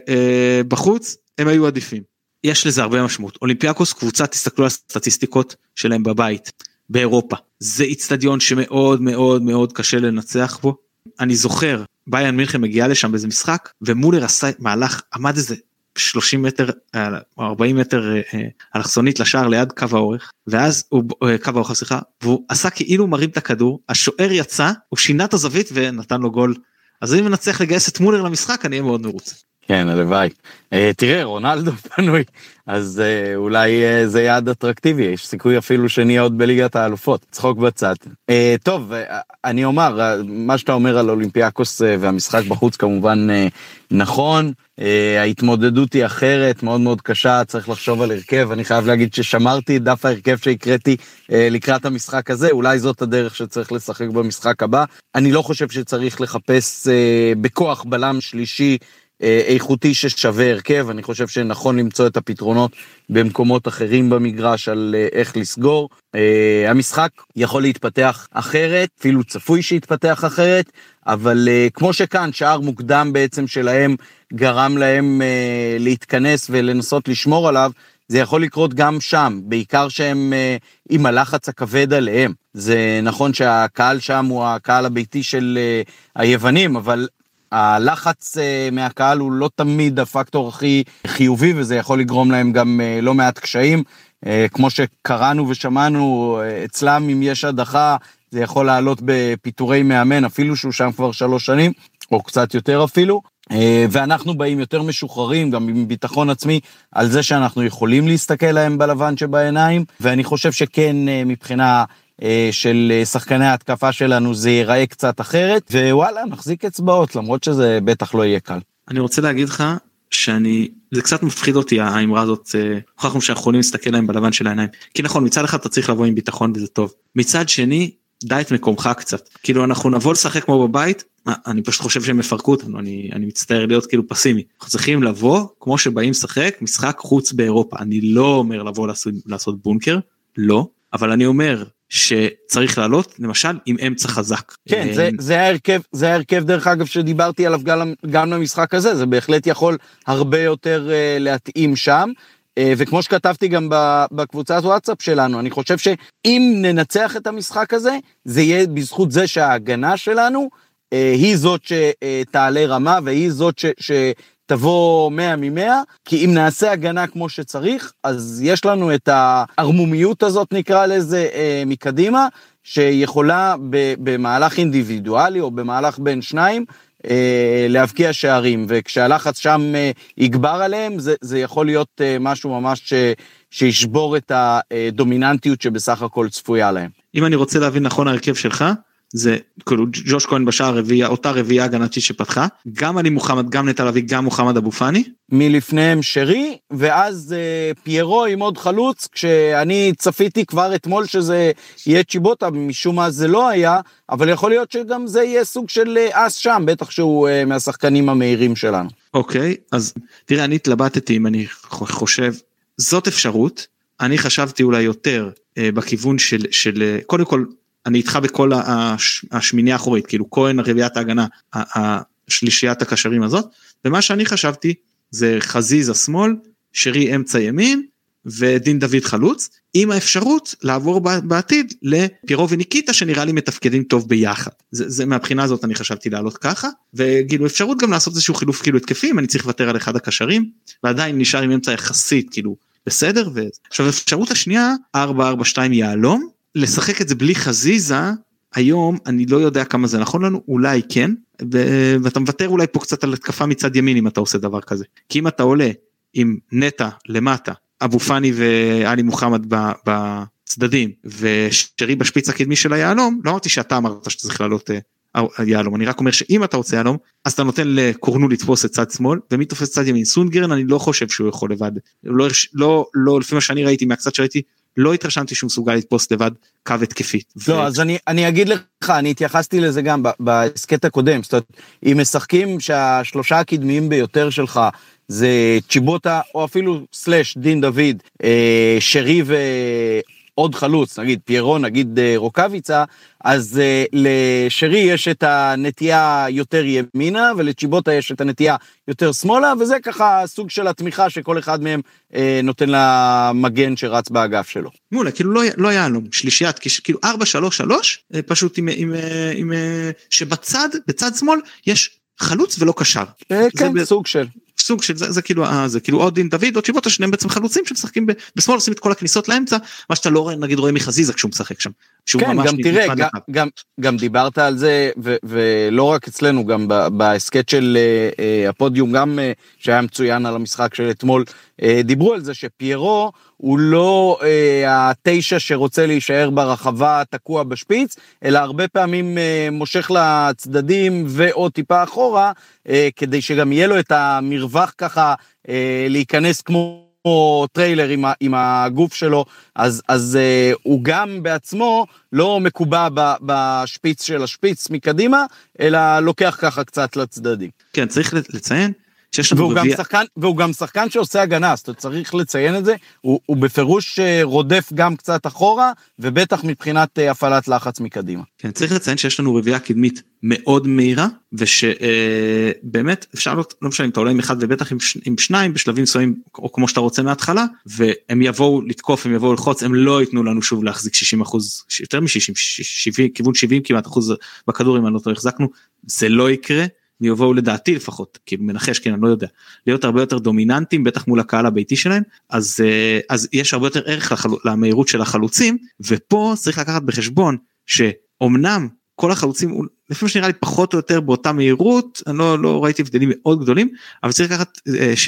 ובחוץ הם היו עדיפים. יש לזה הרבה משמעות. אולימפיאקוס קבוצה, תסתכלו על הסטטיסטיקות שלהם בבית, באירופה. זה אצטדיון שמאוד מאוד מאוד קשה לנצח בו. אני זוכר, ביירן מינכן מגיעה לשם באיזה משחק, ומולר עשה מהלך, עמד איזה שלושים מטר, ארבעים מטר אלכסונית לשער ליד קו האורך, ואז הוא, קו האורך, סליחה, והוא עשה כאילו מרים את הכדור, השוער יצא, הוא שינה את הזווית ונתן לו גול. אז אם נצליח לגייס את מולר למשחק, אני אהיה מאוד מרוצה. כן, הלוואי. תראה, רונלדו פנוי, אז אולי זה יעד אטרקטיבי, יש סיכוי אפילו שנהיה עוד בליגת האלופות, צחוק בצד. טוב, אני אומר, מה שאתה אומר על אולימפיאקוס והמשחק בחוץ כמובן נכון, ההתמודדות היא אחרת, מאוד מאוד קשה, צריך לחשוב על הרכב, אני חייב להגיד ששמרתי דף ההרכב שהקראתי לקראת המשחק הזה, אולי זאת הדרך שצריך לשחק במשחק הבא, אני לא חושב שצריך לחפש בכוח בלם שלישי, איכותי ששווה הרכב, אני חושב שנכון למצוא את הפתרונות במקומות אחרים במגרש על איך לסגור. המשחק יכול להתפתח אחרת, אפילו צפוי שיתפתח אחרת, אבל כמו שכאן, שער מוקדם בעצם שלהם גרם להם להתכנס ולנסות לשמור עליו, זה יכול לקרות גם שם, בעיקר שהם עם הלחץ הכבד עליהם. זה נכון שהקהל שם הוא הקהל הביתי של היוונים, אבל הלחץ מהקהל הוא לא תמיד הפקטור הכי חיובי, וזה יכול לגרום להם גם לא מעט קשיים, כמו שקראנו ושמענו אצלם, אם יש הדחה, זה יכול לעלות בפיטורי מאמן, אפילו שהוא שם כבר שלוש שנים, או קצת יותר אפילו, ואנחנו באים יותר משוחררים, גם עם ביטחון עצמי, על זה שאנחנו יכולים להסתכל להם בלבן שבעיניים, ואני חושב שכן מבחינה של שחקני ההתקפה שלנו זה ייראה קצת אחרת, ווואלה, נחזיק אצבעות, למרות שזה בטח לא יהיה קל. אני רוצה להגיד לך שאני, זה קצת מפחיד אותי האמרה הזאת, הוכחנו שאנחנו יכולים להסתכל להם בלבן של העיניים, כי נכון, מצד אחד אתה צריך לבוא עם ביטחון וזה טוב, מצד שני, די את מקומך קצת, כאילו אנחנו נבוא לשחק כמו בבית, אני פשוט חושב שהם מפרקו אותנו, אני, אני מצטער להיות כאילו פסימי, אנחנו צריכים לבוא כמו שבאים לשחק, משחק חוץ באירופה, אני לא אומר לבוא לעשות, לעשות בונקר, לא, אבל אני אומר, שצריך לעלות, למשל, עם אמצע חזק. כן, זה, זה ההרכב, זה ההרכב דרך אגב שדיברתי עליו גם, גם למשחק הזה, זה בהחלט יכול הרבה יותר uh, להתאים שם, uh, וכמו שכתבתי גם בקבוצת וואטסאפ שלנו, אני חושב שאם ננצח את המשחק הזה, זה יהיה בזכות זה שההגנה שלנו, uh, היא זאת שתעלה רמה, והיא זאת ש... ש תבוא מאה ממאה, כי אם נעשה הגנה כמו שצריך, אז יש לנו את הערמומיות הזאת, נקרא לזה, אה, מקדימה, שיכולה במהלך אינדיבידואלי, או במהלך בין שניים, אה, להבקיע שערים, וכשהלחץ שם אה, יגבר עליהם, זה, זה יכול להיות אה, משהו ממש ש, שישבור את הדומיננטיות שבסך הכל צפויה להם. אם אני רוצה להבין נכון הרכב שלך, זה כאילו ג'וש כהן בשער רביעייה, אותה רביעייה הגנתית שפתחה, גם אני מוחמד, גם נטע לביא, גם מוחמד אבו פאני. מלפניהם שרי, ואז אה, פיירו עם עוד חלוץ, כשאני צפיתי כבר אתמול שזה יהיה צ'יבוטה, משום מה זה לא היה, אבל יכול להיות שגם זה יהיה סוג של אס שם, בטח שהוא אה, מהשחקנים המהירים שלנו. אוקיי, אז תראה, אני התלבטתי אם אני חושב, זאת אפשרות, אני חשבתי אולי יותר אה, בכיוון של, של, קודם כל, אני איתך בכל הש, השמיני האחורית, כאילו כהן רביעיית ההגנה, השלישיית הקשרים הזאת, ומה שאני חשבתי זה חזיז השמאל, שרי אמצע ימין, ודין דוד חלוץ, עם האפשרות לעבור בעתיד לפירו וניקיטה שנראה לי מתפקדים טוב ביחד. זה, זה מהבחינה הזאת אני חשבתי לעלות ככה, וגילו אפשרות גם לעשות איזשהו חילוף כאילו התקפים, אני צריך לוותר על אחד הקשרים, ועדיין נשאר עם אמצע יחסית כאילו בסדר. ו... עכשיו האפשרות השנייה, ארבע ארבע שתיים יעלום, לשחק את זה בלי חזיזה, היום אני לא יודע כמה זה נכון לנו, אולי כן, ו- ואתה מוותר אולי פה קצת על התקפה מצד ימין אם אתה עושה דבר כזה, כי אם אתה עולה עם נטע למטה, אבו פני ואלי מוחמד ב- בצדדים, ושרי בשפיץ הקדמי של היעלום, לא אמרתי שאתה אמרת שאתה צריך לעלות יעלום, אני רק אומר שאם אתה רוצה יעלום, אז אתה נותן לקורנו לתפוס את צד שמאל, ומי תופס צד ימין? סונגרן אני לא חושב שהוא יכול לבד, לא, לא, לא, לפי מה שאני ראיתי, מהקצת שראיתי, לא התרשמתי שהוא מסוגל לתפוס לבד קו התקפית. לא, ו... אז אני, אני אגיד לך, אני התייחסתי לזה גם בעסקת הקודם, זאת אומרת, אם משחקים שהשלושה הקדמיים ביותר שלך, זה צ'יבוטה, או אפילו סלש דין דוד, אה, שרי ועוד חלוץ, נגיד פיירו, נגיד אה, רוקביצה, אז אה, לשרי יש את הנטייה יותר ימינה, ולצ'יבוטה יש את הנטייה יותר שמאלה, וזה ככה סוג של התמיכה שכל אחד מהם אה, נותן למגן שרץ באגף שלו. מולה, כאילו לא, לא היה לנו שלישיית, כאילו ארבע שלוש שלוש, פשוט עם, עם, עם, שבצד, בצד שמאל, יש חלוץ ולא קשר. אה, כן, ב... סוג של. סוג של זה, זה כאילו, אה, זה כאילו עוד דין דוד, עוד צ'יבוטה, שניהם בעצם חלוצים שמשחקים בשמאל, עושים את כל הכניסות לאמצע, מה שאתה לא נגיד רואה מחזיזה כשהוא משחק שם. כן, גם תראה, גם, גם, גם דיברת על זה, ו, ולא רק אצלנו, גם בהסקט של uh, הפודיום, גם uh, שהיה מצוין על המשחק של אתמול, uh, דיברו על זה שפיירו הוא לא uh, התשע שרוצה להישאר ברחבה תקוע בשפיץ, אלא הרבה פעמים uh, מושך לצדדים ועוד טיפה אחורה, uh, כדי שגם יהיה לו את המרווח ככה uh, להיכנס כמו או טריילר עם, עם הגוף שלו, אז, אז uh, הוא גם בעצמו לא מקובע ב, בשפיץ של השפיץ מקדימה, אלא לוקח ככה קצת לצדדים. כן, צריך לציין שיש לנו והוא רביע... גם שחקן, והוא גם שחקן שעושה הגנה, אז אתה צריך לציין את זה, הוא, הוא בפירוש רודף גם קצת אחורה, ובטח מבחינת הפעלת לחץ מקדימה. כן, צריך לציין שיש לנו רביעה קדמית מאוד מהירה, ושבאמת אפשר לא, לא משנה אם אתה עולה עם אחד ובטח עם, עם שניים בשלבים מסוימים, או כמו שאתה רוצה מההתחלה, והם יבואו לתקוף, הם יבואו לחוץ, הם לא ייתנו לנו שוב להחזיק שישים אחוז, יותר מ-שישים, שבעים, כיוון שבעים כמעט אחוז בכדור, אם אני לא טועה, החזקנו, זה לא יקרה, יבואו לדעתי לפחות, כאילו מנחש, כן, אני לא יודע, להיות הרבה יותר דומיננטים, בטח מול הקהל הביתי שלהם, אז, אז יש הרבה יותר ערך לחל... למהירות של החלוצים, ופה צריך לקחת בחשבון, שאומנם כל החלוצים, לפעמים שנראה לי פחות או יותר באותה מהירות, אני לא, לא ראיתי הבדלים מאוד גדולים, אבל צריך לקחת ש...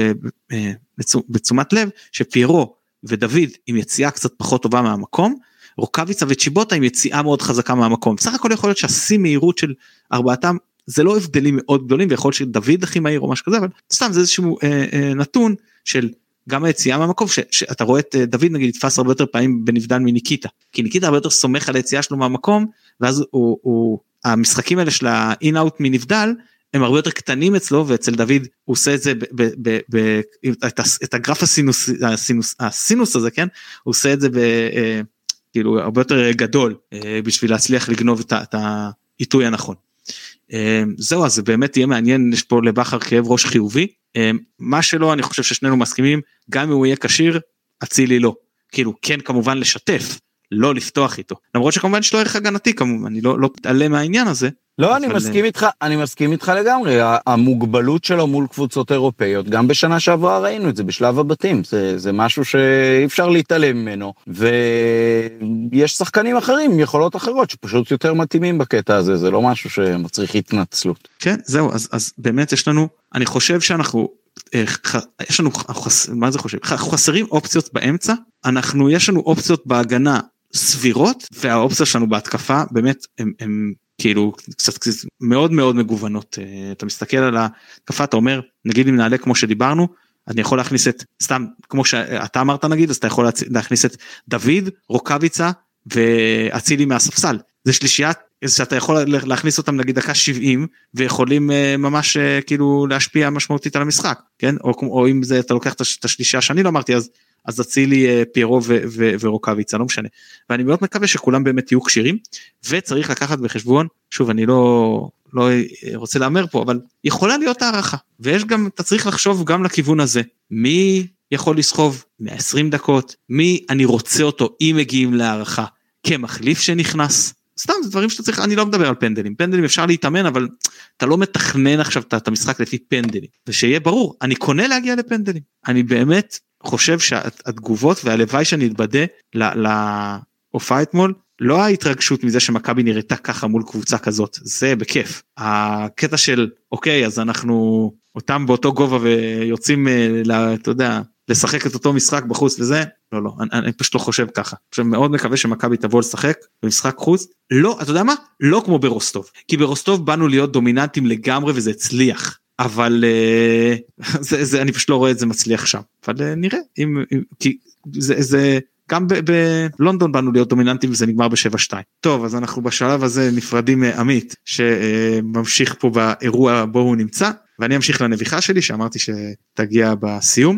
בתשומת לב, שפיירו ודוד עם יציאה קצת פחות טובה מהמקום, רוקביצה וצ'יבוטה עם יציאה מאוד חזקה מהמקום, בסך הכל יכול להיות שהשיא מהירות של ארבעתם, זה לא הבדלים מאוד גדולים, ויכול להיות שדוד הכי מהיר או משהו כזה, אבל סתם זה איזשהו אה, אה, נתון של גם היציאה מהמקום, ש, שאתה רואה את דוד נגיד יתפס הרבה יותר פעמים בנבדל מניקיטה, כי ניקיטה הרבה יותר סומך על היציאה שלו מהמקום, ואז הוא, הוא, המשחקים האלה של האין-אאוט מנבדל, הם הרבה יותר קטנים אצלו, ואצל דוד הוא עושה את זה, ב, ב, ב, ב, את, את הגרף הסינוס, הסינוס, הסינוס הזה, כן? הוא עושה את זה ב, אה, כאילו הרבה יותר גדול, אה, בשביל להצליח לגנוב את, את העיתוי הנכון. זהו, אז זה באמת יהיה מעניין, יש פה לבחר כאב ראש חיובי, מה שלא, אני חושב ששנינו מסכימים, גם אם הוא יהיה קשיר, אצילי לא, כאילו כן כמובן לשתף, לא לפתוח איתו, למרות שכמובן יש לו ערך הגנתי, כמובן, אני לא, לא מתעלם מהעניין הזה. לא, אני מסכים איתך, אני מסכים איתך לגמרי, המוגבלות שלו מול קבוצות אירופאיות, גם בשנה שעברה ראינו את זה בשלב הבתים, זה, זה משהו שאי אפשר להתעלם ממנו, ויש שחקנים אחרים, יכולות אחרות, שפשוט יותר מתאימים בקטע הזה, זה לא משהו שמצריך התנצלות. כן, זהו, אז, אז באמת יש לנו, אני חושב שאנחנו, יש לנו, מה זה חושב? חסרים אופציות באמצע, אנחנו, יש לנו אופציות בהגנה סבירות, והאופציה שלנו בהתקפה, באמת, הם, הם כאילו, קצת, קצת מאוד מאוד מגוונות, אתה מסתכל על ההתקפה, אתה אומר, נגיד אם נעלה כמו שדיברנו, אני יכול להכניס את, סתם, כמו שאתה אמרת נגיד, אז אתה יכול להכניס את דוד, רוקביצה, ואצילי מהספסל, זה שלישיית, שאתה יכול להכניס אותם נגיד דקה שבעים, ויכולים ממש כאילו להשפיע משמעותית על המשחק, כן? או, או אם זה, אתה לוקח את השלישייה שאני לא אמרתי, אז, אז אצילי פיירו ו, ו, ורוקביצה, לא משנה. ואני מאוד מקווה שכולם באמת יהיו קשירים, וצריך לקחת בחשבון, שוב, אני לא, לא רוצה לאמר פה, אבל יכולה להיות הערכה, ויש גם, אתה צריך לחשוב גם לכיוון הזה, מי יכול לסחוב מאה ועשרים דקות, מי אני רוצה אותו אם מגיעים להערכה, כמחליף שנכנס, סתם זה דברים שאתה צריך, אני לא מדבר על פנדלים, פנדלים אפשר להתאמן, אבל אתה לא מתכנן עכשיו את המשחק לפי פנדלים, ושיהיה ברור, אני קונה להגיע לפנדלים, אני באמת חושב שהתגובות והלוואי שאני אתבדה להופעה אתמול, לא ההתרגשות מזה שמכבי נראתה ככה מול קבוצה כזאת, זה בכיף, הקטע של אוקיי אז אנחנו אותם באותו גובה ויוצאים, אתה יודע, לשחק את אותו משחק בחוץ וזה, לא, לא, אני, אני פשוט לא חושב ככה. עכשיו מאוד מקווה שמכבי תבוא לשחק במשחק חוץ, לא, אתה יודע מה? לא כמו ברוסטוב, כי ברוסטוב באנו להיות דומיננטים לגמרי וזה הצליח, אבל זה, זה, אני פשוט לא רואה את זה מצליח שם, אבל נראה, אם, אם, כי זה, זה, גם בלונדון באנו להיות דומיננטים וזה נגמר ב-שבע שתיים. טוב, אז אנחנו בשלב הזה נפרדים מעמית, שממשיך פה באירוע בו הוא נמצא, ואני אמשיך לנביחה שלי, שאמרתי שתגיע בסיום,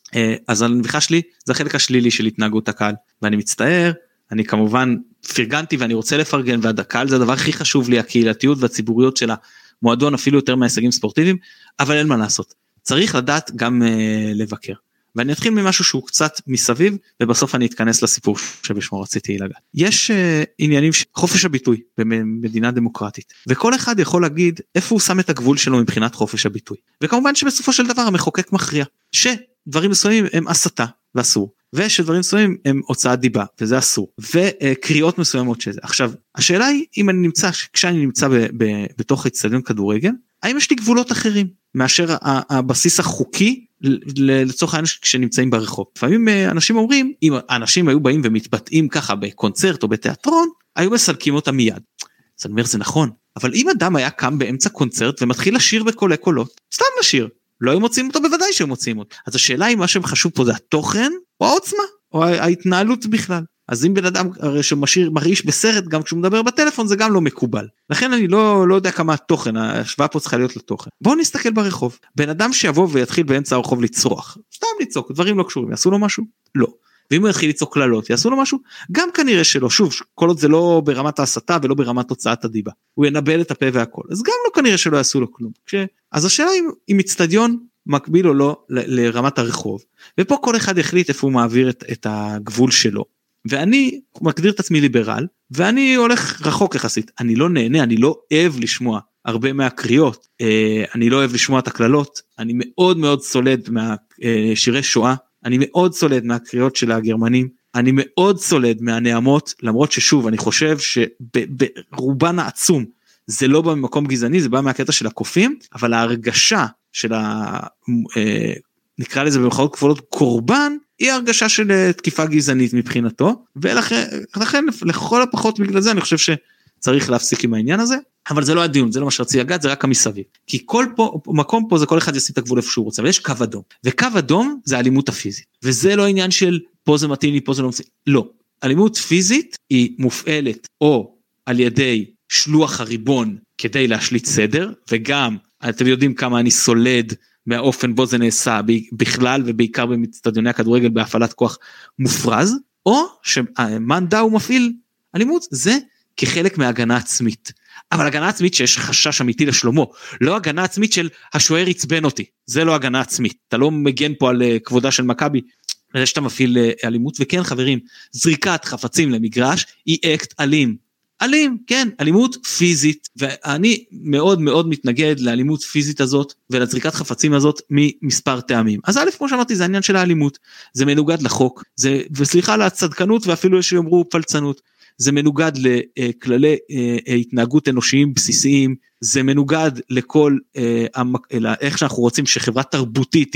אז הנביחה שלי זה החלק השלילי של התנהגות הקהל, ואני מצטער, אני כמובן פרגנתי ואני רוצה לפרגן, והקהל זה הדבר הכי חשוב לי, הקהילתיות והציבוריות של המועדון, אפילו יותר מהישגים ספורטיביים, אבל אין מה לעשות, צריך לדעת גם לבקר, ואני אתחיל ממשהו שהוא קצת מסביב, ובסוף אני אתכנס לסיפור שבשמו רציתי לגעת. יש עניינים, חופש הביטוי במדינה דמוקרטית, וכל אחד יכול להגיד איפה הוא שם את הגבול שלו מבחינת חופש הביטוי, וכמובן שבסופו של דבר המחוקק מכריע, שדברים מסוימים הם הסתה ואסור, ושדברים מסוימים הם הוצאת דיבה, וזה אסור, וקריאות מסוימות שזה. עכשיו, השאלה היא, אם אני נמצא, כשאני נמצא ב, ב, בתוך אצטדיון כדורגל, האם יש לי גבולות אחרים, מאשר הבסיס החוקי, לצורך העניין כשנמצאים ברחוב. לפעמים אנשים אומרים, אם אנשים היו באים ומתבטאים ככה בקונצרט או בתיאטרון, היו מסלקים אותם מיד. אז אני אומר, זה נכון, אבל אם אדם היה קם באמצע קונצרט, ומתחיל לשיר בקולי קולות, סתם לשיר, לא היו מוצאים אותו, בוודאי שהם מוצאים אותו. אז השאלה היא, מה שחשוב פה זה התוכן, או העוצמה, או ההתנהלות בכלל. אז אם בן אדם שמשאיר, מרעיש בסרט, גם כשהוא מדבר בטלפון, זה גם לא מקובל. לכן אני לא, לא יודע כמה התוכן, ההשוואה פה צריכה להיות לתוכן. בואו נסתכל ברחוב. בן אדם שיבוא ויתחיל באמצע הרחוב לצרוח, סתם לצעוק, דברים לא קשורים, יעשו לו משהו? לא. ואם הוא יתחיל לצעוק קללות, יעשו לו משהו? גם כנראה שלא. שוב, כל עוד זה לא ברמת ההסתה ולא ברמת הוצאת הדיבה. הוא ינבל את הפה והכל. אז גם לא כנראה שלא יעשו לו כלום. כש... אז השאלה אם, אם אצטדיון מקביל או לא ל- לרמת הרחוב. ופה כל אחד יחליט איפה הוא מעביר את, את הגבול שלו. ואני מגדיר את עצמי ליברל, ואני הולך רחוק יחסית. אני לא נהנה, אני לא אוהב לשמוע הרבה מהקריאות, אני לא אוהב לשמוע את הכללות, אני מאוד מאוד סולד מהשירי שואה, אני מאוד סולד מהקריאות של הגרמנים, אני מאוד סולד מהנעמות, למרות ששוב, אני חושב שברובן העצום, זה לא בא ממקום גזעני, זה בא מהקטע של הקופים, אבל ההרגשה של ה... נקרא לזה במחאות כפולות קורבן, היא הרגשה של תקיפה גזענית מבחינתו, ולכן לכל הפחות בגלל זה אני חושב שצריך להפסיק עם העניין הזה, אבל זה לא הדיון, זה לא מה שרצי לגעת, זה רק המסביב, כי כל פה, מקום פה זה כל אחד ישים את הגבול איפה שהוא רוצה, אבל יש קו אדום, וקו אדום זה אלימות הפיזית, וזה לא עניין של פה זה מתאים לי, פה זה לא מתאים, לא, אלימות פיזית היא מופעלת או על ידי שלוח הריבון כדי להשליט סדר, וגם אתם יודעים כמה אני סולד מהאופן בו זה נעשה בכלל ובעיקר במצטדיוני הכדורגל בהפעלת כוח מופרז, או שמאן דאו מפעיל אלימות, זה כחלק מהגנה עצמית. אבל הגנה עצמית שיש חשש אמיתי לשלומו, לא הגנה עצמית של השוער יצבן אותי, זה לא הגנה עצמית, אתה לא מגן פה על כבודה של מכבי, זה שאתה מפעיל אלימות, וכן חברים, זריקת חפצים למגרש היא אקט אלים, אלים, כן, אלימות פיזית, ואני מאוד מאוד מתנגד לאלימות פיזית הזאת, ולזריקת חפצים הזאת ממספר טעמים. אז א', כמו שאמרתי, זה העניין של האלימות, זה מנוגד לחוק, זה, וסליחה להצדקנות, ואפילו יש שיאמרו פלצנות, זה מנוגד לכללי התנהגות אנושיים בסיסיים, זה מנוגד לכל, איך שאנחנו רוצים שחברה תרבותית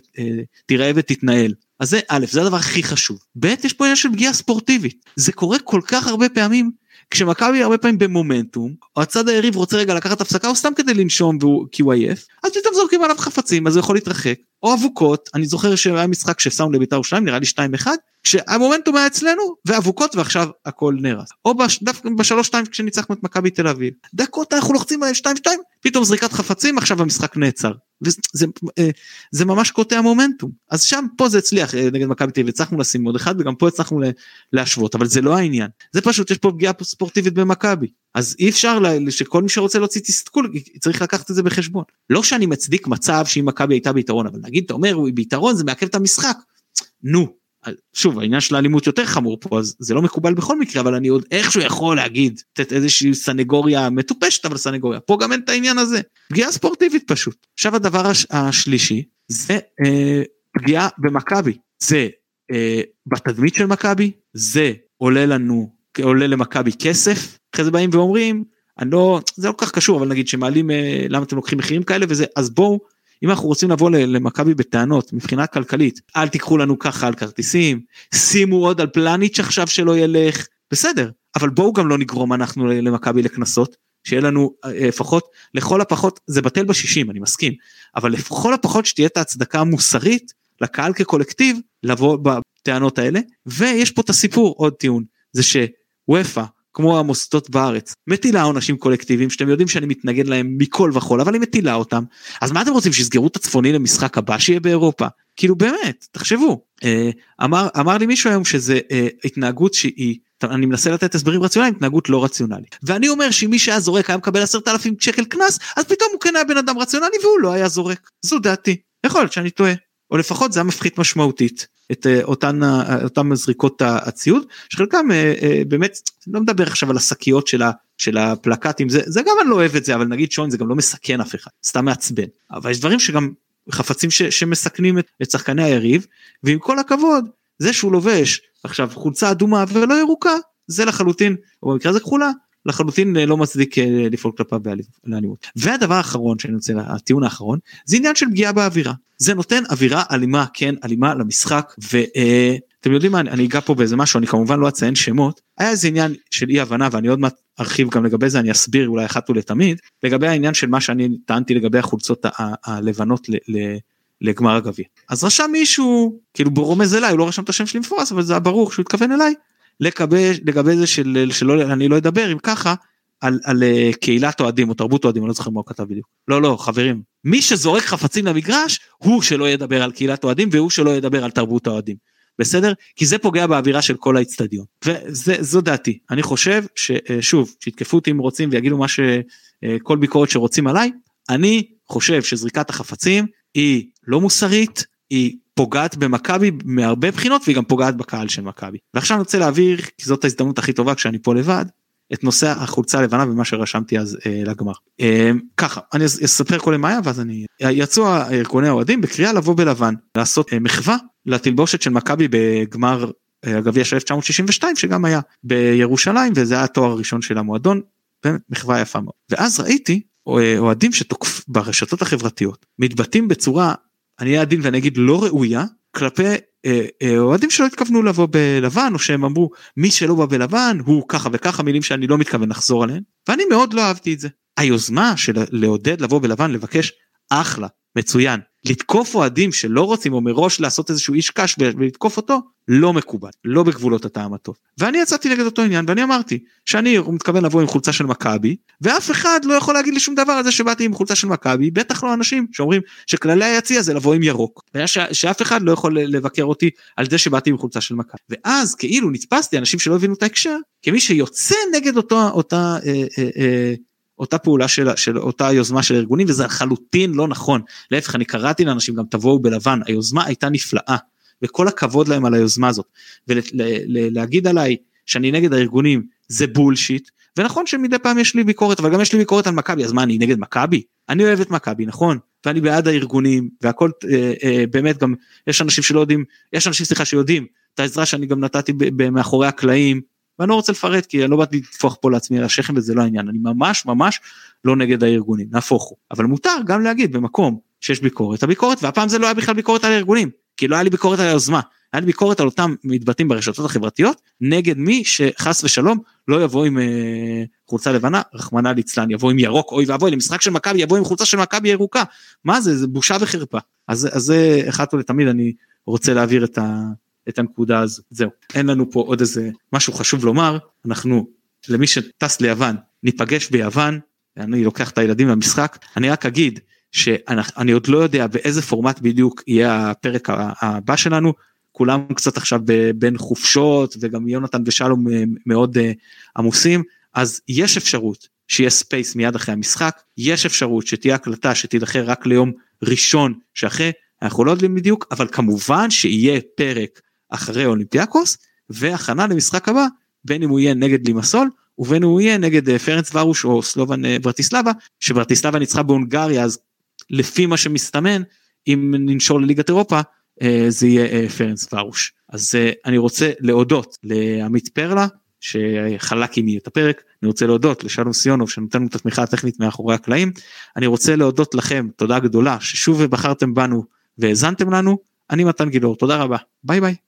תיראה ותתנהל. אז זה א', זה הדבר הכי חשוב. ב', יש פה עניין של פגיעה ספורטיבית, זה קורה כל כך הרבה פעמים, כשמכבי הרבה פעמים במומנטום, או הצד היריב רוצה רגע לקחת הפסקה, או סתם כדי לנשום כי הוא עייף, אז פתאום זורקים עליו חפצים, אז הוא יכול להתרחק, או אבוקות, אני זוכר שהיה משחק שפסענו לבית"ר ירושלים, נראה לי שתיים אחד, כשהמומנטום היה אצלנו, ואבוקות, ועכשיו הכל נרס. או דווקא בשלוש שתיים כשניצחנו את מכבי תל אביב, דקות אנחנו לוחצים עליהם שתיים שתיים, פתאום זריקת חפצים, עכשיו המשחק נעצר. וזה, זה ממש קוטע המומנטום. אז שם, פה זה הצליח, נגד מכבי תל אביב, הצלחנו לשים עוד אחד, וגם פה הצלחנו להשוות, אבל זה לא העניין. זה פשוט, יש פה פגיעה ספורטיבית במכבי. אז אי אפשר שכל מי שרוצה להוציא תסתכול, צריך לקחת את זה בחשבון. לא שאני מצדיק מצב שאם מכבי הייתה ביתרון, אבל נגיד, אתה אומר, הוא ביתרון, זה מעכב את המשחק, נו, שוב, העניין של האלימות יותר חמור פה, אז זה לא מקובל בכל מקרה, אבל אני עוד איכשהו יכול להגיד, לתת איזושהי סנגוריה מטופשת, אבל סנגוריה, פה גם אין את העניין הזה, פגיעה ספורטיבית פשוט. עכשיו הדבר הש, השלישי, זה אה, פגיעה במכבי, זה אה, בתדמית של מכבי, זה עולה לנו, עולה למכבי כסף, אחרי זה באים ואומרים, אני לא, זה לא כל כך קשור, אבל נגיד שמעלים, אה, למה אתם לוקחים מחירים כאלה וזה, אז בואו, אם אנחנו רוצים לבוא למכבי בטענות, מבחינה כלכלית, אל תיקחו לנו ככה על כרטיסים, שימו עוד על פלניץ' עכשיו שלא ילך, בסדר, אבל בואו גם לא נגרום אנחנו למכבי לכנסות, שיהיה לנו לפחות, לכל הפחות, זה בטל בשישים, אני מסכים, אבל לכל הפחות שתהיה את ההצדקה המוסרית, לקהל כקולקטיב, לבוא בטענות האלה, ויש פה את הסיפור, עוד טיעון, זה שוופא, כמו המוסדות בארץ, מטילה עונשים קולקטיביים, שאתם יודעים שאני מתנגד להם מכל וכל, אבל היא מטילה אותם, אז מה אתם רוצים, שיסגרו את הצפוני למשחק הבא שיהיה באירופה? כאילו באמת, תחשבו, אמר, אמר לי מישהו היום שזה התנהגות שהיא, אני מנסה לתת הסברים רציונליים, התנהגות לא רציונלית, ואני אומר שמי שהיה זורק היה מקבל עשרת אלפים שקל קנס, אז פתאום הוא כן היה בן אדם רציונלי, והוא לא היה זורק, זו דעתי, יכול להיות שאני טועה, או לפחות זה היה מפחית משמעותית, את אותן, אותן זריקות הציוד, שחלקם באמת, אני לא מדבר עכשיו על השקיות של, של הפלקטים, זה, זה גם אני לא אוהב את זה, אבל נגיד שון, זה גם לא מסכן אף אחד, סתם מעצבן, אבל יש דברים שגם חפצים ש, שמסכנים את, את שחקני היריב, ועם כל הכבוד, זה שהוא לובש עכשיו חולצה אדומה ולא ירוקה, זה לחלוטין, או במקרה זה כחולה, לחלוטין לא מצדיק לפעול כלפיו באלימות. והדבר האחרון שאני רוצה, הטיעון האחרון, זה עניין של פגיעה באווירה. זה נותן אווירה אלימה, כן, אלימה למשחק, ואתם יודעים מה, אני אגע פה באיזה משהו, אני כמובן לא אציין שמות, היה איזה עניין של אי הבנה, ואני עוד מעט ארחיב גם לגבי זה, אני אסביר אולי אחת ולתמיד, לגבי העניין של מה שאני טענתי לגבי החולצות הלבנות לגמר הגביע. אז רשם מישהו, כאילו ברומז אליי, הוא לא רשם את השם שלי מפורס, אבל זה היה ברור שהוא התכוון אליי, לגבי, לגבי זה של, שלא, אני לא אדבר אם ככה, על, על קהילת אוהדים או תרבות אוהדים, אני לא זוכר מה הוא כתב בדיוק. לא, לא, חברים, מי שזורק חפצים למגרש, הוא שלא ידבר על קהילת אוהדים, והוא שלא ידבר על תרבות האוהדים. בסדר? כי זה פוגע באווירה של כל האצטדיון. וזו דעתי. אני חושב ששוב, שיתקפו אותי אם רוצים ויגידו מה שכל ביקורת שרוצים עליי, אני חושב שזריקת החפצים היא לא מוסרית, היא פוגעת במכבי מהרבה בחינות, והיא גם פוגעת בקהל של מכבי. ועכשיו אני רוצה להעביר, כי זאת ההזדמנות הכי טובה כשאני פה לבד, את נושא החולצה הלבנה ומה שרשמתי אז אה, לגמר. אה, ככה, אני אספר כל מה היה, ואז אני... יצאו הארגוני האוהדים בקריאה לבוא בלבן, לעשות אה, מחווה לתלבושת של מכבי בגמר אה, הגביע של אלף תשע מאות שישים ושתיים, שגם היה בירושלים, וזה היה התואר הראשון של המועדון, באמת מחווה יפה מאוד. ואז ראיתי אוהדים שתוקף ברשתות החברתיות, מתבטאים בצורה, אני אהיה עדין ואני אגיד לא ראויה, כלפי אוהדים שלא התכוונו לבוא בלבן, או שהם אמרו, מי שלא בא בלבן, הוא ככה וככה מילים שאני לא מתכוון לחזור עליהן, ואני מאוד לא אהבתי את זה. היוזמה של לעודד לבוא בלבן, לבקש אחלה, מצוין, לתקוף אוהדים שלא רוצים, או מראש לעשות איזשהו איש קש ולתקוף אותו, לא מקובל, לא בגבולות הטעם הטוב. ואני יצאתי נגד אותו עניין, ואני אמרתי, שאני מתכוון לבוא עם חולצה של מכבי, ואף אחד לא יכול להגיד לי שום דבר על זה שבאתי עם חולצה של מכבי, בטח לא אנשים שאומרים שכללי היציע זה לבוא עם ירוק, ש- שאף אחד לא יכול לבקר אותי על זה שבאתי עם חולצה של מכבי. ואז כאילו נתפסתי אנשים שלא הבינו את ההקשר, כמי שיוצא נגד אותו, אותה, אה, אה, אה, אותה פעולה של, של אותה יוזמה של ארגונים, וזה לחלוטין לא נכון. להפך, אני קראתי לאנשים גם תבואו בלבן, היוזמה הייתה נפלאה, וכל הכבוד להם על היוזמה הזאת, ולהגיד עליי שאני נגד הארגונים, זה בולשיט, ונכון שמדי פעם יש לי ביקורת, אבל גם יש לי ביקורת על מכבי, אז מה, אני נגד מכבי? אני אוהב את מכבי, נכון? ואני בעד הארגונים, והכל אה, אה, באמת גם, יש אנשים שלא יודעים, יש אנשים סליחה שיודעים, את העזרה שאני גם נתתי מאחורי הקלעים, ואני לא רוצה לפרט, כי אני לא באתי לתפוח פה לעצמי על השכם, וזה לא העניין, אני ממש ממש לא נגד הארגונים, נהפוך הוא, אבל מותר גם להגיד במקום שיש ביקורת, הביקורת, והפעם זה לא היה בכלל ביקורת על הארגונים, כי לא היה לי ביקורת על היוזמה, היה לי ביקורת על אותם מתבטאים ברשתות החברתיות, נגד מי שחס ושלום לא יבוא עם אה, חולצה לבנה, רחמנא ליצלן, יבוא עם ירוק, אוי ואבוי, למשחק של מכבי, יבוא עם חולצה של מכבי ירוקה, מה זה, זה בושה וחרפה, אז, אז זה אחת ולתמיד, אני רוצה להעביר את ה... את הנקודה הזו, זהו, אין לנו פה עוד איזה משהו חשוב לומר, אנחנו, למי שטס ליוון, ניפגש ביוון, אני לוקח את הילדים למשחק, אני רק אגיד, שאני עוד לא יודע באיזה פורמט בדיוק יהיה הפרק הבא שלנו, כולם קצת עכשיו בין חופשות, וגם יונתן ושלום מאוד עמוסים, אז יש אפשרות שיהיה ספייס מיד אחרי המשחק, יש אפשרות שתהיה הקלטה שתידחה רק ליום ראשון שאחרי, אנחנו לא יודעים בדיוק, אבל כמובן שיהיה פרק אחרי אולימפיאקוס, והכנה למשחק הבא, בין אם הוא יהיה נגד לימסול, ובין אם הוא יהיה נגד פרנץ ורוש או סלובן ברטיסלבה, שברטיסלבה ניצחה בהונגריה, אז לפי מה שמסתמן, אם ננשור לליגת אירופה, זה יהיה פרנץ ורוש. אז אני רוצה להודות לעמית פרלה, שחלק עימי את הפרק, אני רוצה להודות לשלום סיונוב, שנותנו את התמיכה הטכנית מאחורי הקלעים, אני רוצה להודות לכם, תודה גדולה, ששוב בחרתם בנו, והאזנתם לנו, אני מתן גילאור, תודה רבה, ביי ביי.